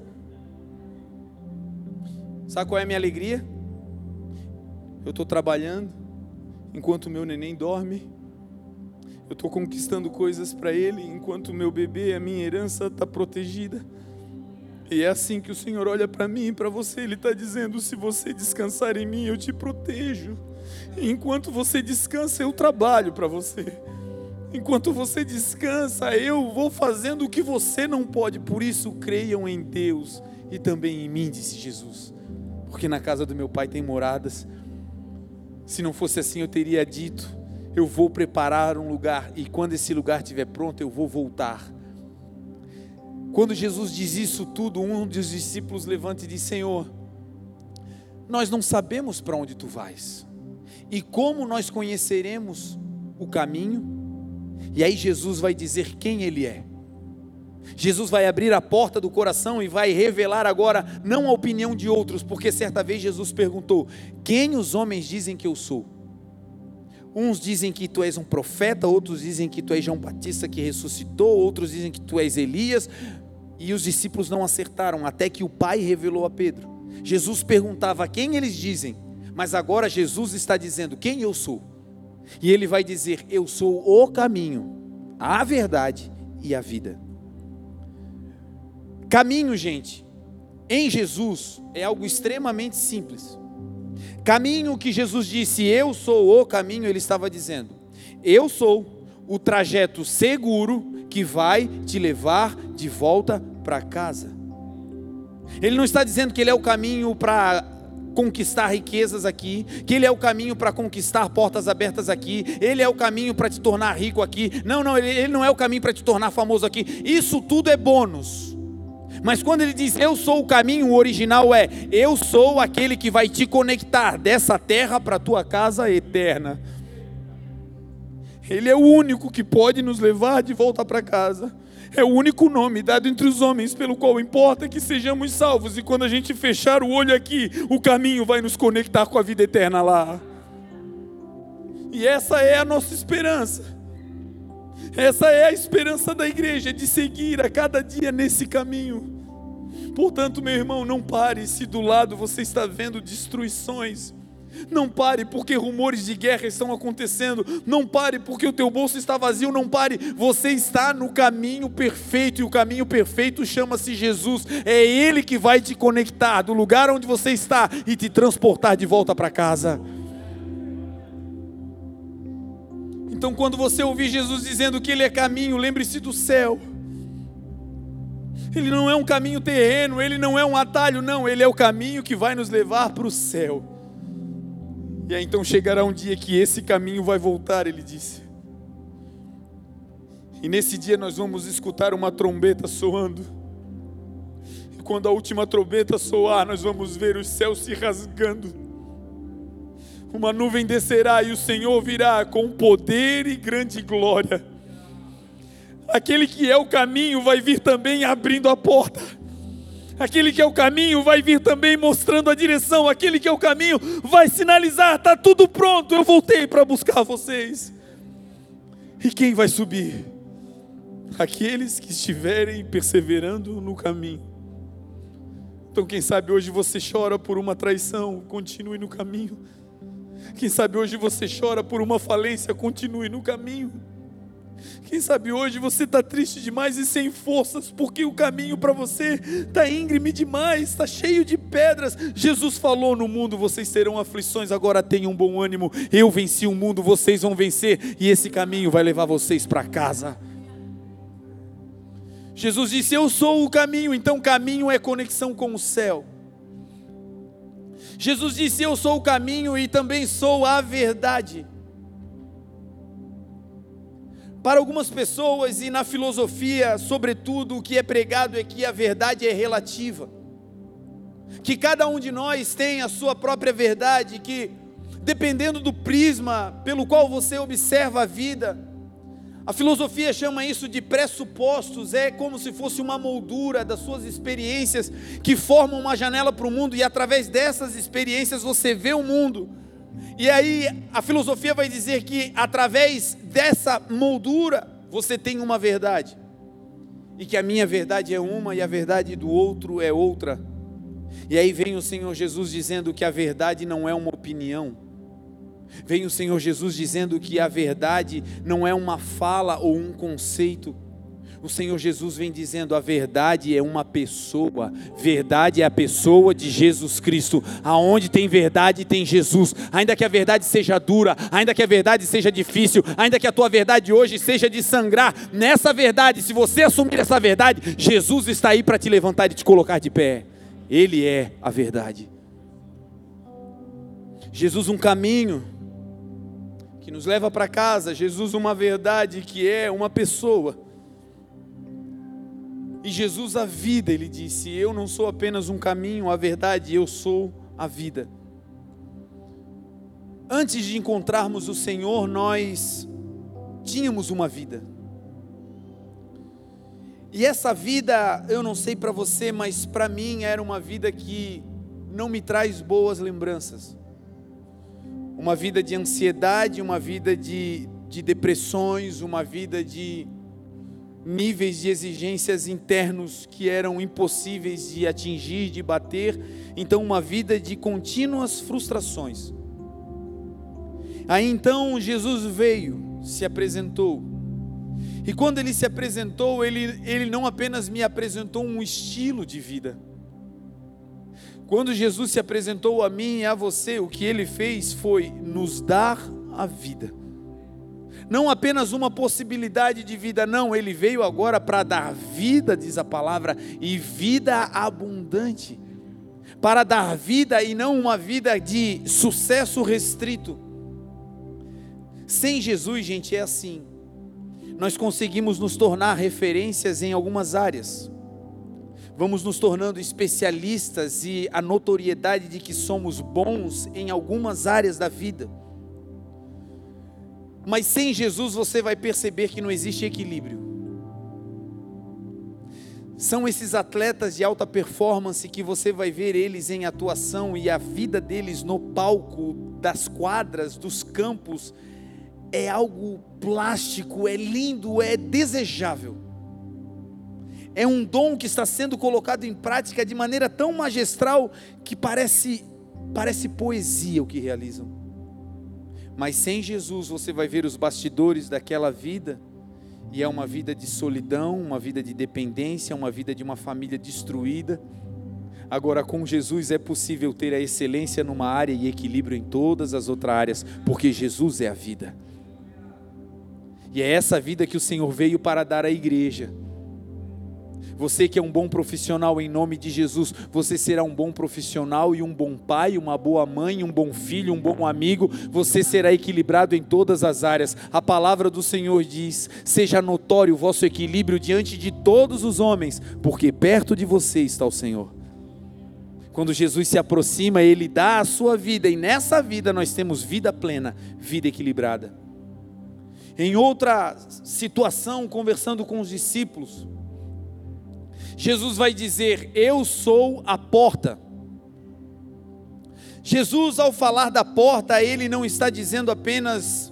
Speaker 1: Sabe qual é a minha alegria? Eu estou trabalhando, enquanto o meu neném dorme. Eu estou conquistando coisas para ele, enquanto o meu bebê, a minha herança está protegida. E é assim que o Senhor olha para mim e para você. Ele está dizendo, se você descansar em mim, eu te protejo. E enquanto você descansa, eu trabalho para você. Enquanto você descansa, eu vou fazendo o que você não pode. Por isso, creiam em Deus e também em mim, disse Jesus. Porque na casa do meu Pai tem moradas. Se não fosse assim, eu teria dito, eu vou preparar um lugar. E quando esse lugar estiver pronto, eu vou voltar. Quando Jesus diz isso tudo, um dos discípulos levanta e diz, Senhor, nós não sabemos para onde Tu vais, e como nós conheceremos o caminho? E aí Jesus vai dizer quem Ele é. Jesus vai abrir a porta do coração e vai revelar agora não a opinião de outros, porque certa vez Jesus perguntou: quem os homens dizem que eu sou? Uns dizem que tu és um profeta, outros dizem que tu és João Batista que ressuscitou, outros dizem que tu és Elias, e os discípulos não acertaram, até que o Pai revelou a Pedro. Jesus perguntava quem eles dizem, mas agora Jesus está dizendo quem eu sou, e ele vai dizer: eu sou o caminho, a verdade e a vida. Caminho, gente, em Jesus é algo extremamente simples. Caminho que Jesus disse, eu sou o caminho, ele estava dizendo: eu sou o trajeto seguro que vai te levar de volta para casa. Ele não está dizendo que ele é o caminho para conquistar riquezas aqui, que ele é o caminho para conquistar portas abertas aqui, ele é o caminho para te tornar rico aqui. Não, não, ele, ele não é o caminho para te tornar famoso aqui. Isso tudo é bônus. Mas quando ele diz eu sou o caminho, o original é: eu sou aquele que vai te conectar dessa terra para a tua casa eterna. Ele é o único que pode nos levar de volta para casa. É o único nome dado entre os homens pelo qual importa que sejamos salvos. E quando a gente fechar o olho aqui, o caminho vai nos conectar com a vida eterna lá. E essa é a nossa esperança. Essa é a esperança da igreja, de seguir a cada dia nesse caminho. Portanto, meu irmão, não pare se do lado você está vendo destruições. Não pare porque rumores de guerra estão acontecendo. Não pare porque o teu bolso está vazio. Não pare, você está no caminho perfeito, e o caminho perfeito chama-se Jesus. É Ele que vai te conectar do lugar onde você está e te transportar de volta para casa. Então, quando você ouvir Jesus dizendo que Ele é caminho, lembre-se do céu. Ele não é um caminho terreno, Ele não é um atalho, não. Ele é o caminho que vai nos levar para o céu. E aí então chegará um dia que esse caminho vai voltar, Ele disse. E nesse dia nós vamos escutar uma trombeta soando. E quando a última trombeta soar, nós vamos ver os céus se rasgando. Uma nuvem descerá e o Senhor virá com poder e grande glória. Aquele que é o caminho vai vir também abrindo a porta. Aquele que é o caminho vai vir também mostrando a direção. Aquele que é o caminho vai sinalizar: está tudo pronto, eu voltei para buscar vocês. E quem vai subir? Aqueles que estiverem perseverando no caminho. Então quem sabe hoje você chora por uma traição, continue no caminho. Quem sabe hoje você chora por uma falência, continue no caminho. Quem sabe hoje você está triste demais e sem forças, porque o caminho para você está íngreme demais, está cheio de pedras. Jesus falou: no mundo vocês terão aflições, agora tenham bom ânimo, eu venci o mundo, vocês vão vencer, e esse caminho vai levar vocês para casa. Jesus disse: eu sou o caminho. Então caminho é conexão com o céu. Jesus disse: eu sou o caminho e também sou a verdade. Para algumas pessoas e na filosofia, sobretudo, o que é pregado é que a verdade é relativa, que cada um de nós tem a sua própria verdade, que dependendo do prisma pelo qual você observa a vida, a filosofia chama isso de pressupostos. É como se fosse uma moldura das suas experiências que formam uma janela para o mundo, e através dessas experiências você vê o mundo. E aí a filosofia vai dizer que através dessa moldura você tem uma verdade, e que a minha verdade é uma e a verdade do outro é outra. E aí vem o Senhor Jesus dizendo que a verdade não é uma opinião. Vem o Senhor Jesus dizendo que a verdade não é uma fala ou um conceito. O Senhor Jesus vem dizendo: a verdade é uma pessoa. Verdade é a pessoa de Jesus Cristo. Aonde tem verdade tem Jesus. Ainda que a verdade seja dura, ainda que a verdade seja difícil, ainda que a tua verdade hoje seja de sangrar, nessa verdade, se você assumir essa verdade, Jesus está aí para te levantar e te colocar de pé. Ele é a verdade. Jesus, um caminho que nos leva para casa. Jesus, uma verdade que é uma pessoa. E Jesus, a vida. Ele disse: eu não sou apenas um caminho, a verdade, eu sou a vida. Antes de encontrarmos o Senhor, nós tínhamos uma vida. E essa vida, eu não sei para você, mas para mim era uma vida que não me traz boas lembranças. Uma vida de ansiedade, uma vida de, de depressões, uma vida de níveis de exigências internos que eram impossíveis de atingir, de bater. Então uma vida de contínuas frustrações. Aí então Jesus veio, se apresentou. E quando ele se apresentou, ele, ele não apenas me apresentou um estilo de vida. Quando Jesus se apresentou a mim e a você, o que ele fez foi nos dar a vida. Não apenas uma possibilidade de vida, não, ele veio agora para dar vida, diz a palavra, e vida abundante. Para dar vida e não uma vida de sucesso restrito. Sem Jesus, gente, é assim. Nós conseguimos nos tornar referências em algumas áreas. Vamos nos tornando especialistas e a notoriedade de que somos bons em algumas áreas da vida. Mas sem Jesus você vai perceber que não existe equilíbrio. São esses atletas de alta performance que você vai ver eles em atuação e a vida deles no palco, das quadras, dos campos, é algo plástico, é lindo, é desejável. É um dom que está sendo colocado em prática de maneira tão magistral que parece, parece poesia o que realizam. Mas sem Jesus você vai ver os bastidores daquela vida, e é uma vida de solidão, uma vida de dependência, uma vida de uma família destruída. Agora com Jesus é possível ter a excelência numa área e equilíbrio em todas as outras áreas, porque Jesus é a vida. E é essa vida que o Senhor veio para dar à igreja. Você que é um bom profissional, em nome de Jesus, você será um bom profissional e um bom pai, uma boa mãe, um bom filho, um bom amigo. Você será equilibrado em todas as áreas. A palavra do Senhor diz: seja notório o vosso equilíbrio diante de todos os homens, porque perto de você está o Senhor. Quando Jesus se aproxima, Ele dá a sua vida, e nessa vida nós temos vida plena, vida equilibrada. Em outra situação, conversando com os discípulos, Jesus vai dizer: eu sou a porta. Jesus, ao falar da porta, Ele não está dizendo apenas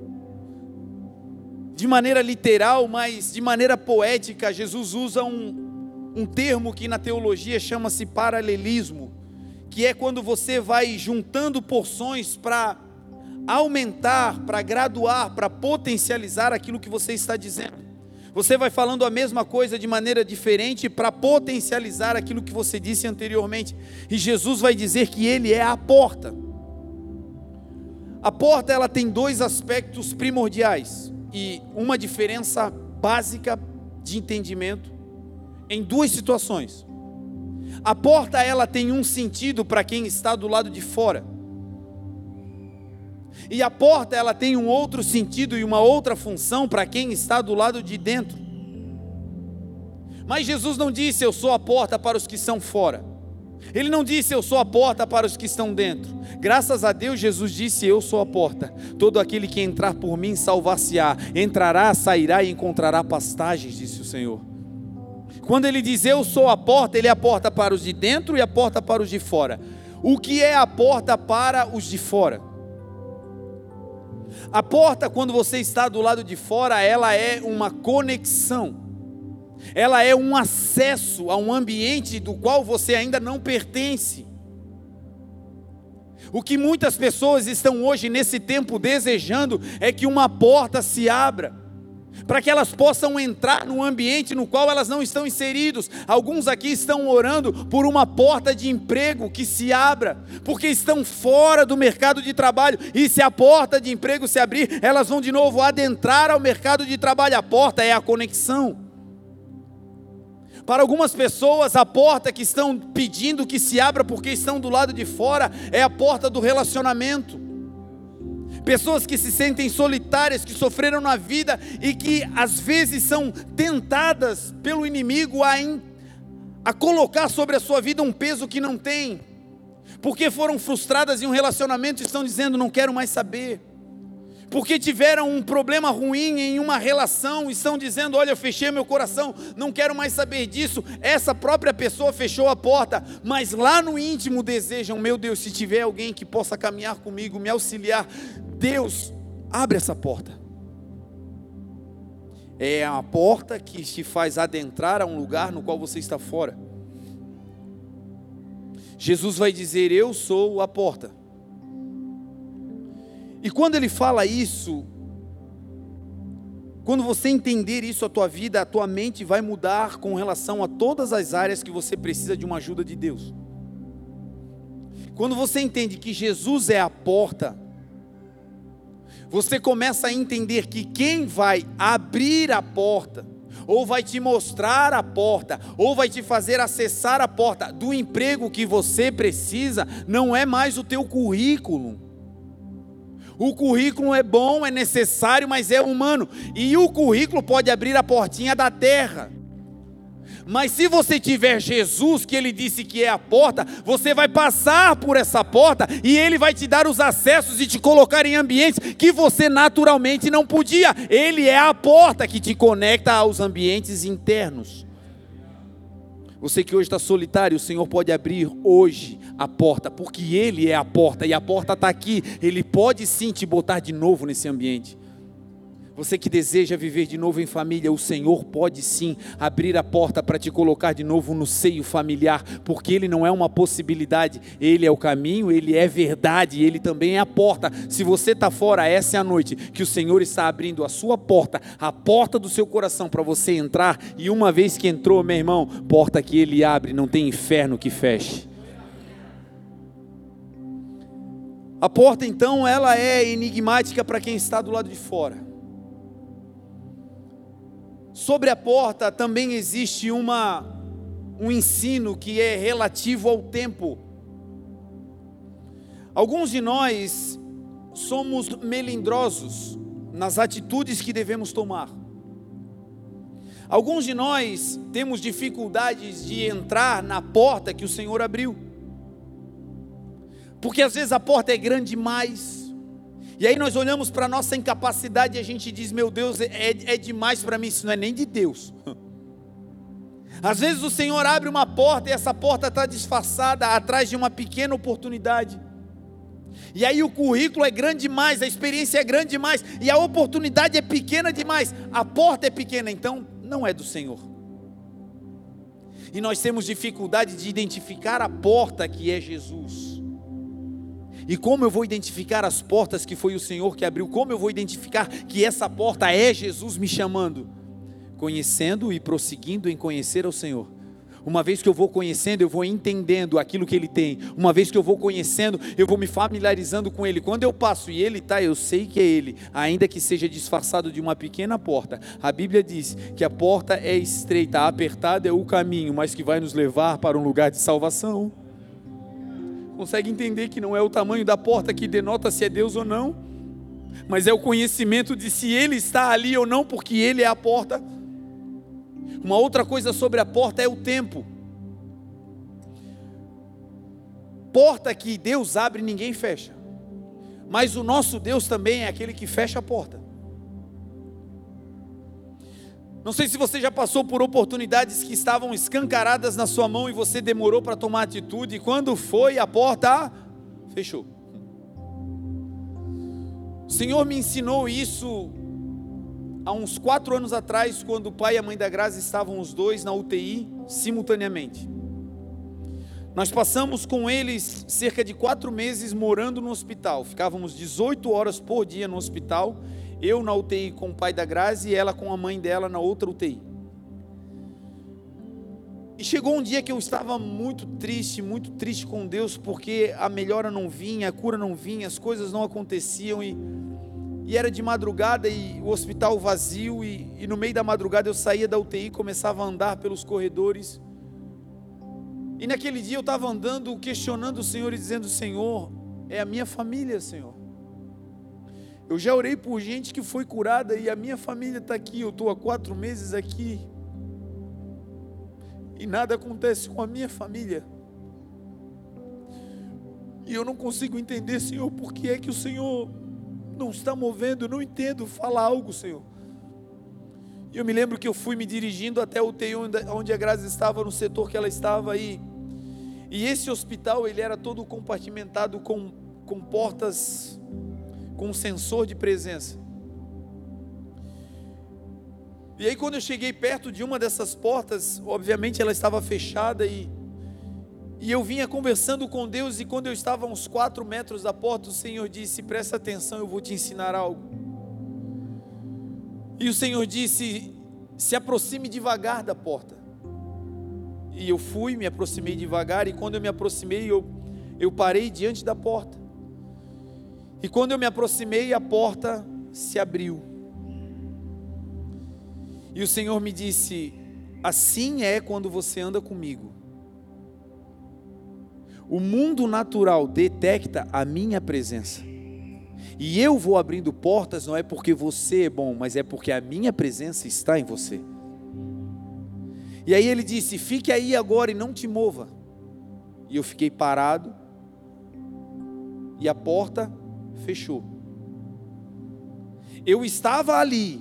Speaker 1: de maneira literal, mas de maneira poética. Jesus usa um, um termo que na teologia chama-se paralelismo, que é quando você vai juntando porções para aumentar, para graduar, para potencializar aquilo que você está dizendo. Você vai falando a mesma coisa de maneira diferente para potencializar aquilo que você disse anteriormente. E Jesus vai dizer que Ele é a porta. A porta, ela tem dois aspectos primordiais e uma diferença básica de entendimento em duas situações. A porta, ela tem um sentido para quem está do lado de fora. E a porta, ela tem um outro sentido e uma outra função para quem está do lado de dentro. Mas Jesus não disse: eu sou a porta para os que estão fora. Ele não disse: eu sou a porta para os que estão dentro. Graças a Deus, Jesus disse: eu sou a porta. Todo aquele que entrar por mim salvar-se-á. Entrará, sairá e encontrará pastagens, disse o Senhor. Quando Ele diz eu sou a porta, Ele é a porta para os de dentro e a porta para os de fora. O que é a porta para os de fora? A porta, quando você está do lado de fora, ela é uma conexão, ela é um acesso a um ambiente do qual você ainda não pertence. O que muitas pessoas estão hoje nesse tempo desejando é que uma porta se abra, para que elas possam entrar no ambiente no qual elas não estão inseridos. Alguns aqui estão orando por uma porta de emprego que se abra, porque estão fora do mercado de trabalho, e se a porta de emprego se abrir, elas vão de novo adentrar ao mercado de trabalho. A porta é a conexão. Para algumas pessoas, a porta que estão pedindo que se abra porque estão do lado de fora é a porta do relacionamento. Pessoas que se sentem solitárias, que sofreram na vida e que às vezes são tentadas pelo inimigo a, in, a colocar sobre a sua vida um peso que não tem, porque foram frustradas em um relacionamento e estão dizendo: não quero mais saber. porque tiveram um problema ruim em uma relação, estão dizendo: olha, eu fechei meu coração, não quero mais saber disso. Essa própria pessoa fechou a porta, mas lá no íntimo desejam: meu Deus, se tiver alguém que possa caminhar comigo, me auxiliar, Deus, abre essa porta. É a porta que te faz adentrar a um lugar no qual você está fora. Jesus vai dizer: eu sou a porta. E quando ele fala isso, quando você entender isso, a tua vida, a tua mente vai mudar com relação a todas as áreas que você precisa de uma ajuda de Deus. Quando você entende que Jesus é a porta, você começa a entender que quem vai abrir a porta, ou vai te mostrar a porta, ou vai te fazer acessar a porta do emprego que você precisa, não é mais o teu currículo. O currículo é bom, é necessário, mas é humano. E o currículo pode abrir a portinha da terra. Mas se você tiver Jesus, que ele disse que é a porta, você vai passar por essa porta e ele vai te dar os acessos e te colocar em ambientes que você naturalmente não podia. Ele é a porta que te conecta aos ambientes internos. Você que hoje está solitário, o Senhor pode abrir hoje a porta, porque Ele é a porta, e a porta está aqui. Ele pode sim te botar de novo nesse ambiente. Você que deseja viver de novo em família, o Senhor pode sim abrir a porta para te colocar de novo no seio familiar, porque Ele não é uma possibilidade, Ele é o caminho, Ele é verdade, Ele também é a porta. Se você está fora, essa é a noite que o Senhor está abrindo a sua porta, a porta do seu coração para você entrar, e uma vez que entrou, meu irmão, porta que Ele abre, não tem inferno que feche. A porta então, ela é enigmática para quem está do lado de fora. Sobre a porta também existe uma, um ensino que é relativo ao tempo. Alguns de nós somos melindrosos nas atitudes que devemos tomar. Alguns de nós temos dificuldades de entrar na porta que o Senhor abriu. Porque às vezes a porta é grande demais. E aí nós olhamos para a nossa incapacidade e a gente diz: meu Deus, é, é demais para mim, isso não é nem de Deus. Às vezes o Senhor abre uma porta e essa porta está disfarçada atrás de uma pequena oportunidade. E aí o currículo é grande demais, a experiência é grande demais, e a oportunidade é pequena demais, a porta é pequena, então não é do Senhor. E nós temos dificuldade de identificar a porta que é Jesus. E como eu vou identificar as portas que foi o Senhor que abriu? Como eu vou identificar que essa porta é Jesus me chamando? Conhecendo e prosseguindo em conhecer ao Senhor. Uma vez que eu vou conhecendo, eu vou entendendo aquilo que Ele tem. Uma vez que eu vou conhecendo, eu vou me familiarizando com Ele. Quando eu passo e Ele está, eu sei que é Ele, ainda que seja disfarçado de uma pequena porta. A Bíblia diz que a porta é estreita, apertada é o caminho, mas que vai nos levar para um lugar de salvação. Consegue entender que não é o tamanho da porta que denota se é Deus ou não, mas é o conhecimento de se Ele está ali ou não, porque Ele é a porta. Uma outra coisa sobre a porta é o tempo. Porta que Deus abre, ninguém fecha, mas o nosso Deus também é aquele que fecha a porta. Não sei se você já passou por oportunidades que estavam escancaradas na sua mão e você demorou para tomar atitude, e quando foi, a porta fechou. O Senhor me ensinou isso há uns quatro anos atrás, quando o pai e a mãe da Grazi estavam os dois na U T I simultaneamente. Nós passamos com eles cerca de quatro meses morando no hospital, ficávamos dezoito horas por dia no hospital, eu na U T I com o pai da Grazi e ela com a mãe dela na outra U T I. E chegou um dia que eu estava muito triste, muito triste com Deus, porque a melhora não vinha, a cura não vinha, as coisas não aconteciam, e, e era de madrugada e o hospital vazio, e, e no meio da madrugada eu saía da U T I, começava a andar pelos corredores, e naquele dia eu estava andando, questionando o Senhor e dizendo: Senhor, é a minha família, Senhor. Eu já orei por gente que foi curada e a minha família está aqui, eu estou há quatro meses aqui e nada acontece com a minha família. E eu não consigo entender, Senhor, por que é que o Senhor não está movendo, eu não entendo, fala algo, Senhor. E eu me lembro que eu fui me dirigindo até o U T I onde a Grazi estava, no setor que ela estava aí. E esse hospital, ele era todo compartimentado com, com portas, com sensor de presença. E aí quando eu cheguei perto de uma dessas portas, obviamente ela estava fechada e, e eu vinha conversando com Deus, e quando eu estava a uns quatro metros da porta, o Senhor disse: presta atenção, eu vou te ensinar algo. E o Senhor disse: se aproxime devagar da porta. E eu fui, me aproximei devagar, e quando eu me aproximei, eu, eu parei diante da porta. E quando eu me aproximei, a porta se abriu. E o Senhor me disse: assim é quando você anda comigo. O mundo natural detecta a minha presença. E eu vou abrindo portas, não é porque você é bom, mas é porque a minha presença está em você. E aí ele disse: fique aí agora e não te mova. E eu fiquei parado, e a porta fechou. Eu estava ali,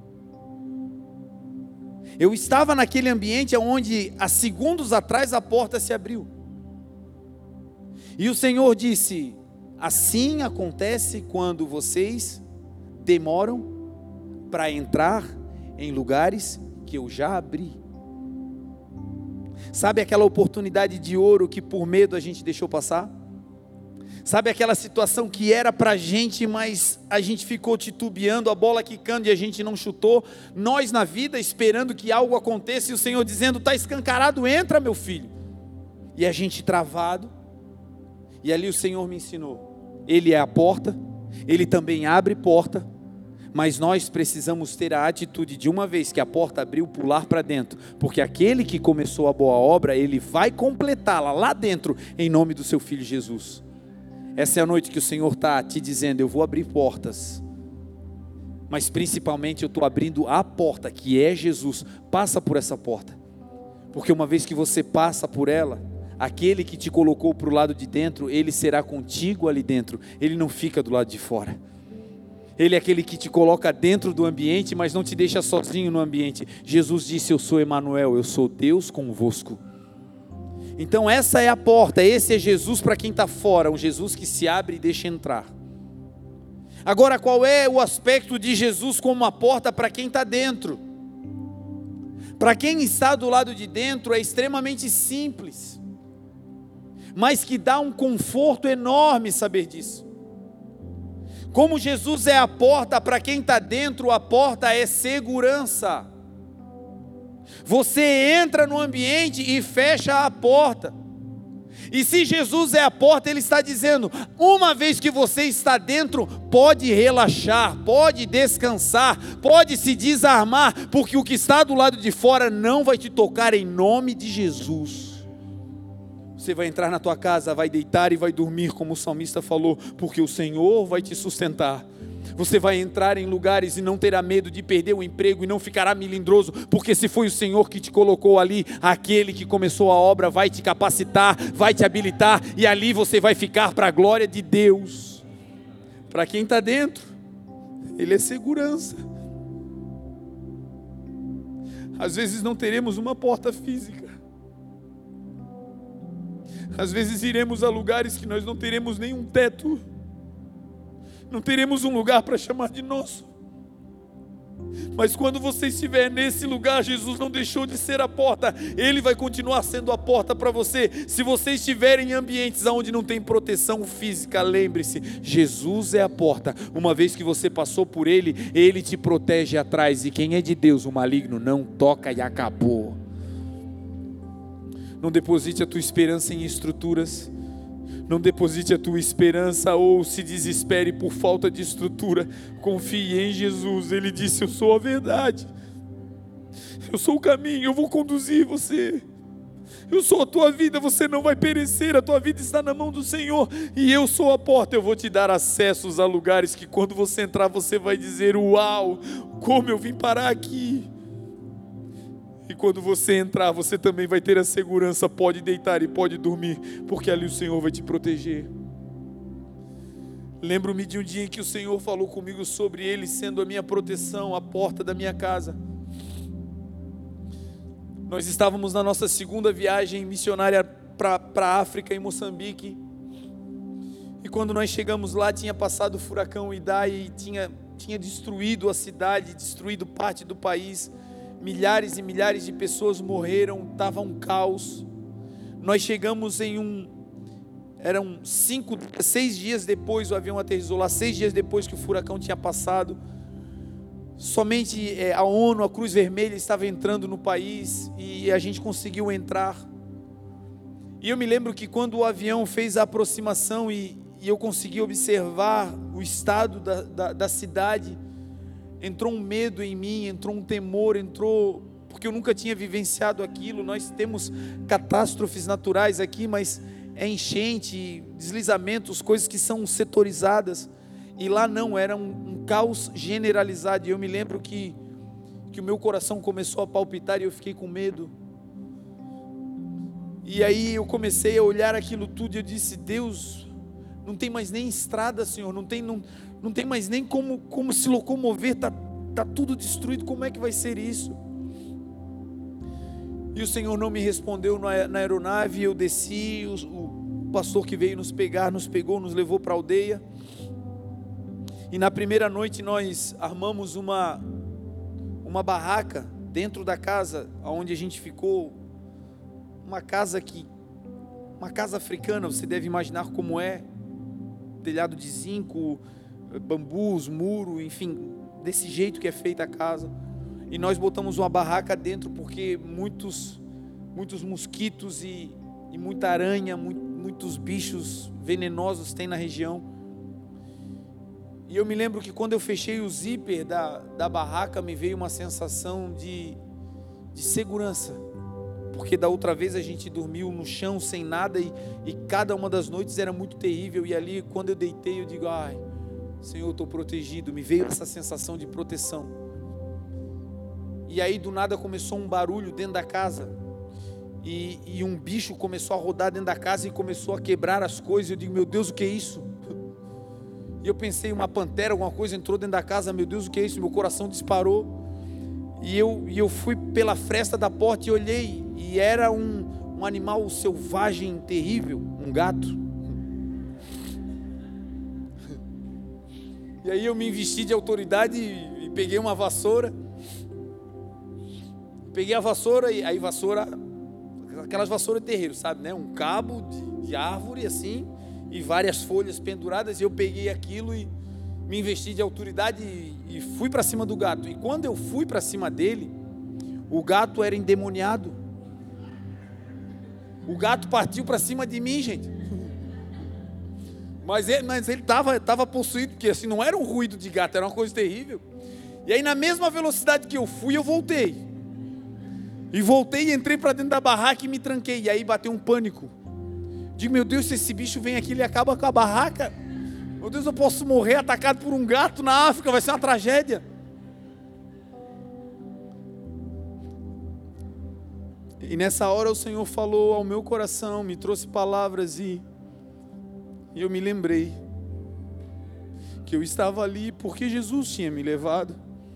Speaker 1: eu estava naquele ambiente onde há segundos atrás a porta se abriu. E o Senhor disse: assim acontece quando vocês demoram para entrar em lugares que eu já abri. Sabe aquela oportunidade de ouro que por medo a gente deixou passar? Sabe aquela situação que era para a gente, mas a gente ficou titubeando, a bola quicando e a gente não chutou? Nós na vida esperando que algo aconteça e o Senhor dizendo: está escancarado, entra meu filho. E a gente travado. E ali o Senhor me ensinou: Ele é a porta, Ele também abre porta, mas nós precisamos ter a atitude de, uma vez que a porta abriu, pular para dentro, porque aquele que começou a boa obra, Ele vai completá-la lá dentro, em nome do seu Filho Jesus. Essa é a noite que o Senhor está te dizendo: eu vou abrir portas, mas principalmente eu estou abrindo a porta, que é Jesus. Passa por essa porta, porque uma vez que você passa por ela, aquele que te colocou para o lado de dentro, Ele será contigo ali dentro, Ele não fica do lado de fora. Ele é aquele que te coloca dentro do ambiente, mas não te deixa sozinho no ambiente. Jesus disse: eu sou Emanuel, eu sou Deus convosco. Então essa é a porta, esse é Jesus para quem está fora, um Jesus que se abre e deixa entrar. Agora, qual é o aspecto de Jesus como uma porta para quem está dentro? Para quem está do lado de dentro é extremamente simples, mas que dá um conforto enorme saber disso. Como Jesus é a porta para quem está dentro, a porta é segurança. Você entra no ambiente e fecha a porta. E se Jesus é a porta, Ele está dizendo: uma vez que você está dentro, pode relaxar, pode descansar, pode se desarmar, porque o que está do lado de fora não vai te tocar, em nome de Jesus. Você vai entrar na tua casa, vai deitar e vai dormir, como o salmista falou, porque o Senhor vai te sustentar. Você vai entrar em lugares e não terá medo de perder o emprego e não ficará melindroso, porque se foi o Senhor que te colocou ali, aquele que começou a obra vai te capacitar, vai te habilitar, e ali você vai ficar para a glória de Deus. Para quem está dentro, Ele é segurança. Às vezes não teremos uma porta física, às vezes iremos a lugares que nós não teremos nenhum teto, não teremos um lugar para chamar de nosso. Mas quando você estiver nesse lugar, Jesus não deixou de ser a porta, Ele vai continuar sendo a porta para você. Se você estiver em ambientes onde não tem proteção física, lembre-se, Jesus é a porta. Uma vez que você passou por Ele, Ele te protege atrás, e quem é de Deus, o maligno não toca, e acabou. Não deposite a tua esperança em estruturas, não deposite a tua esperança ou se desespere por falta de estrutura. Confie em Jesus. Ele disse: eu sou a verdade, eu sou o caminho, eu vou conduzir você, eu sou a tua vida, você não vai perecer, a tua vida está na mão do Senhor, e eu sou a porta. Eu vou te dar acessos a lugares que quando você entrar, você vai dizer: uau, como eu vim parar aqui. E quando você entrar, você também vai ter a segurança, pode deitar e pode dormir, porque ali o Senhor vai te proteger. Lembro-me de um dia em que o Senhor falou comigo sobre Ele sendo a minha proteção, a porta da minha casa. Nós estávamos na nossa segunda viagem missionária para a África, em Moçambique. E quando nós chegamos lá, tinha passado o furacão Idai e tinha, tinha destruído a cidade, destruído parte do país. Milhares e milhares de pessoas morreram, estava um caos. Nós chegamos em um... Eram cinco, seis dias depois, o avião aterrissou lá, seis dias depois que o furacão tinha passado. Somente é, a ONU, a Cruz Vermelha estava entrando no país e a gente conseguiu entrar. E eu me lembro que quando o avião fez a aproximação e, e eu consegui observar o estado da, da, da cidade, entrou um medo em mim, entrou um temor, entrou... Porque eu nunca tinha vivenciado aquilo. Nós temos catástrofes naturais aqui, mas... é enchente, deslizamentos, coisas que são setorizadas, e lá não, era um, um caos generalizado. E eu me lembro que, que o meu coração começou a palpitar e eu fiquei com medo. E aí eu comecei a olhar aquilo tudo e eu disse: Deus, não tem mais nem estrada, Senhor, não tem, não, não tem mais nem como, como se locomover, está tá tudo destruído, como é que vai ser isso? E o Senhor não me respondeu na, na aeronave. Eu desci, o, o pastor que veio nos pegar, nos pegou, nos levou para a aldeia. E na primeira noite nós armamos uma, uma barraca dentro da casa onde a gente ficou. Uma casa que, uma casa africana, você deve imaginar como é. Telhado de zinco, bambus, muro, enfim, desse jeito que é feita a casa. E nós botamos uma barraca dentro porque muitos, muitos mosquitos e, e muita aranha, muito, muitos bichos venenosos tem na região. E eu me lembro que quando eu fechei o zíper da, da barraca, me veio uma sensação de, de segurança. Porque da outra vez a gente dormiu no chão sem nada e, e cada uma das noites era muito terrível. E ali quando eu deitei eu digo: ai, Senhor, eu estou protegido. Me veio essa sensação de proteção. E aí do nada começou um barulho dentro da casa, e, e um bicho começou a rodar dentro da casa e começou a quebrar as coisas. Eu digo: meu Deus, o que é isso? E eu pensei, uma pantera, alguma coisa entrou dentro da casa. Meu Deus, o que é isso? Meu coração disparou. E eu, e eu fui pela fresta da porta e olhei, e era um, um animal selvagem terrível, um gato. E aí eu me investi de autoridade e, e peguei uma vassoura. Peguei a vassoura, e aí vassoura, aquelas vassouras de terreiro, sabe, né? Um cabo de, de árvore assim, e várias folhas penduradas. E eu peguei aquilo e me investi de autoridade e, e fui para cima do gato. E quando eu fui para cima dele, o gato era endemoniado. O gato partiu para cima de mim, gente. Mas ele mas ele estava tava possuído, porque assim, não era um ruído de gato, era uma coisa terrível. E aí na mesma velocidade que eu fui, eu voltei. E voltei e entrei para dentro da barraca e me tranquei. E aí bateu um pânico. Digo: meu Deus, se esse bicho vem aqui, ele acaba com a barraca. Meu Deus, eu posso morrer atacado por um gato na África, vai ser uma tragédia. E nessa hora o Senhor falou ao meu coração, me trouxe palavras e, e eu me lembrei que eu estava ali porque Jesus tinha me levado.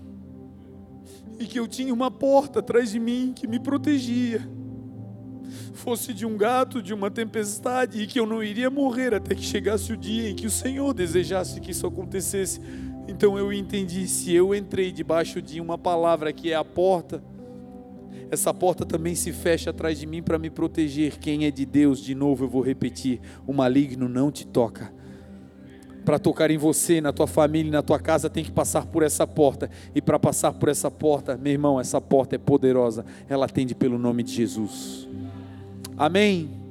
Speaker 1: E que eu tinha uma porta atrás de mim que me protegia, fosse de um gato, de uma tempestade, e que eu não iria morrer até que chegasse o dia em que o Senhor desejasse que isso acontecesse. Então eu entendi, se eu entrei debaixo de uma palavra que é a porta, essa porta também se fecha atrás de mim para me proteger. Quem é de Deus, de novo eu vou repetir, o maligno não te toca. Para tocar em você, na tua família, na tua casa, tem que passar por essa porta. E para passar por essa porta, meu irmão, essa porta é poderosa. Ela atende pelo nome de Jesus. Amém.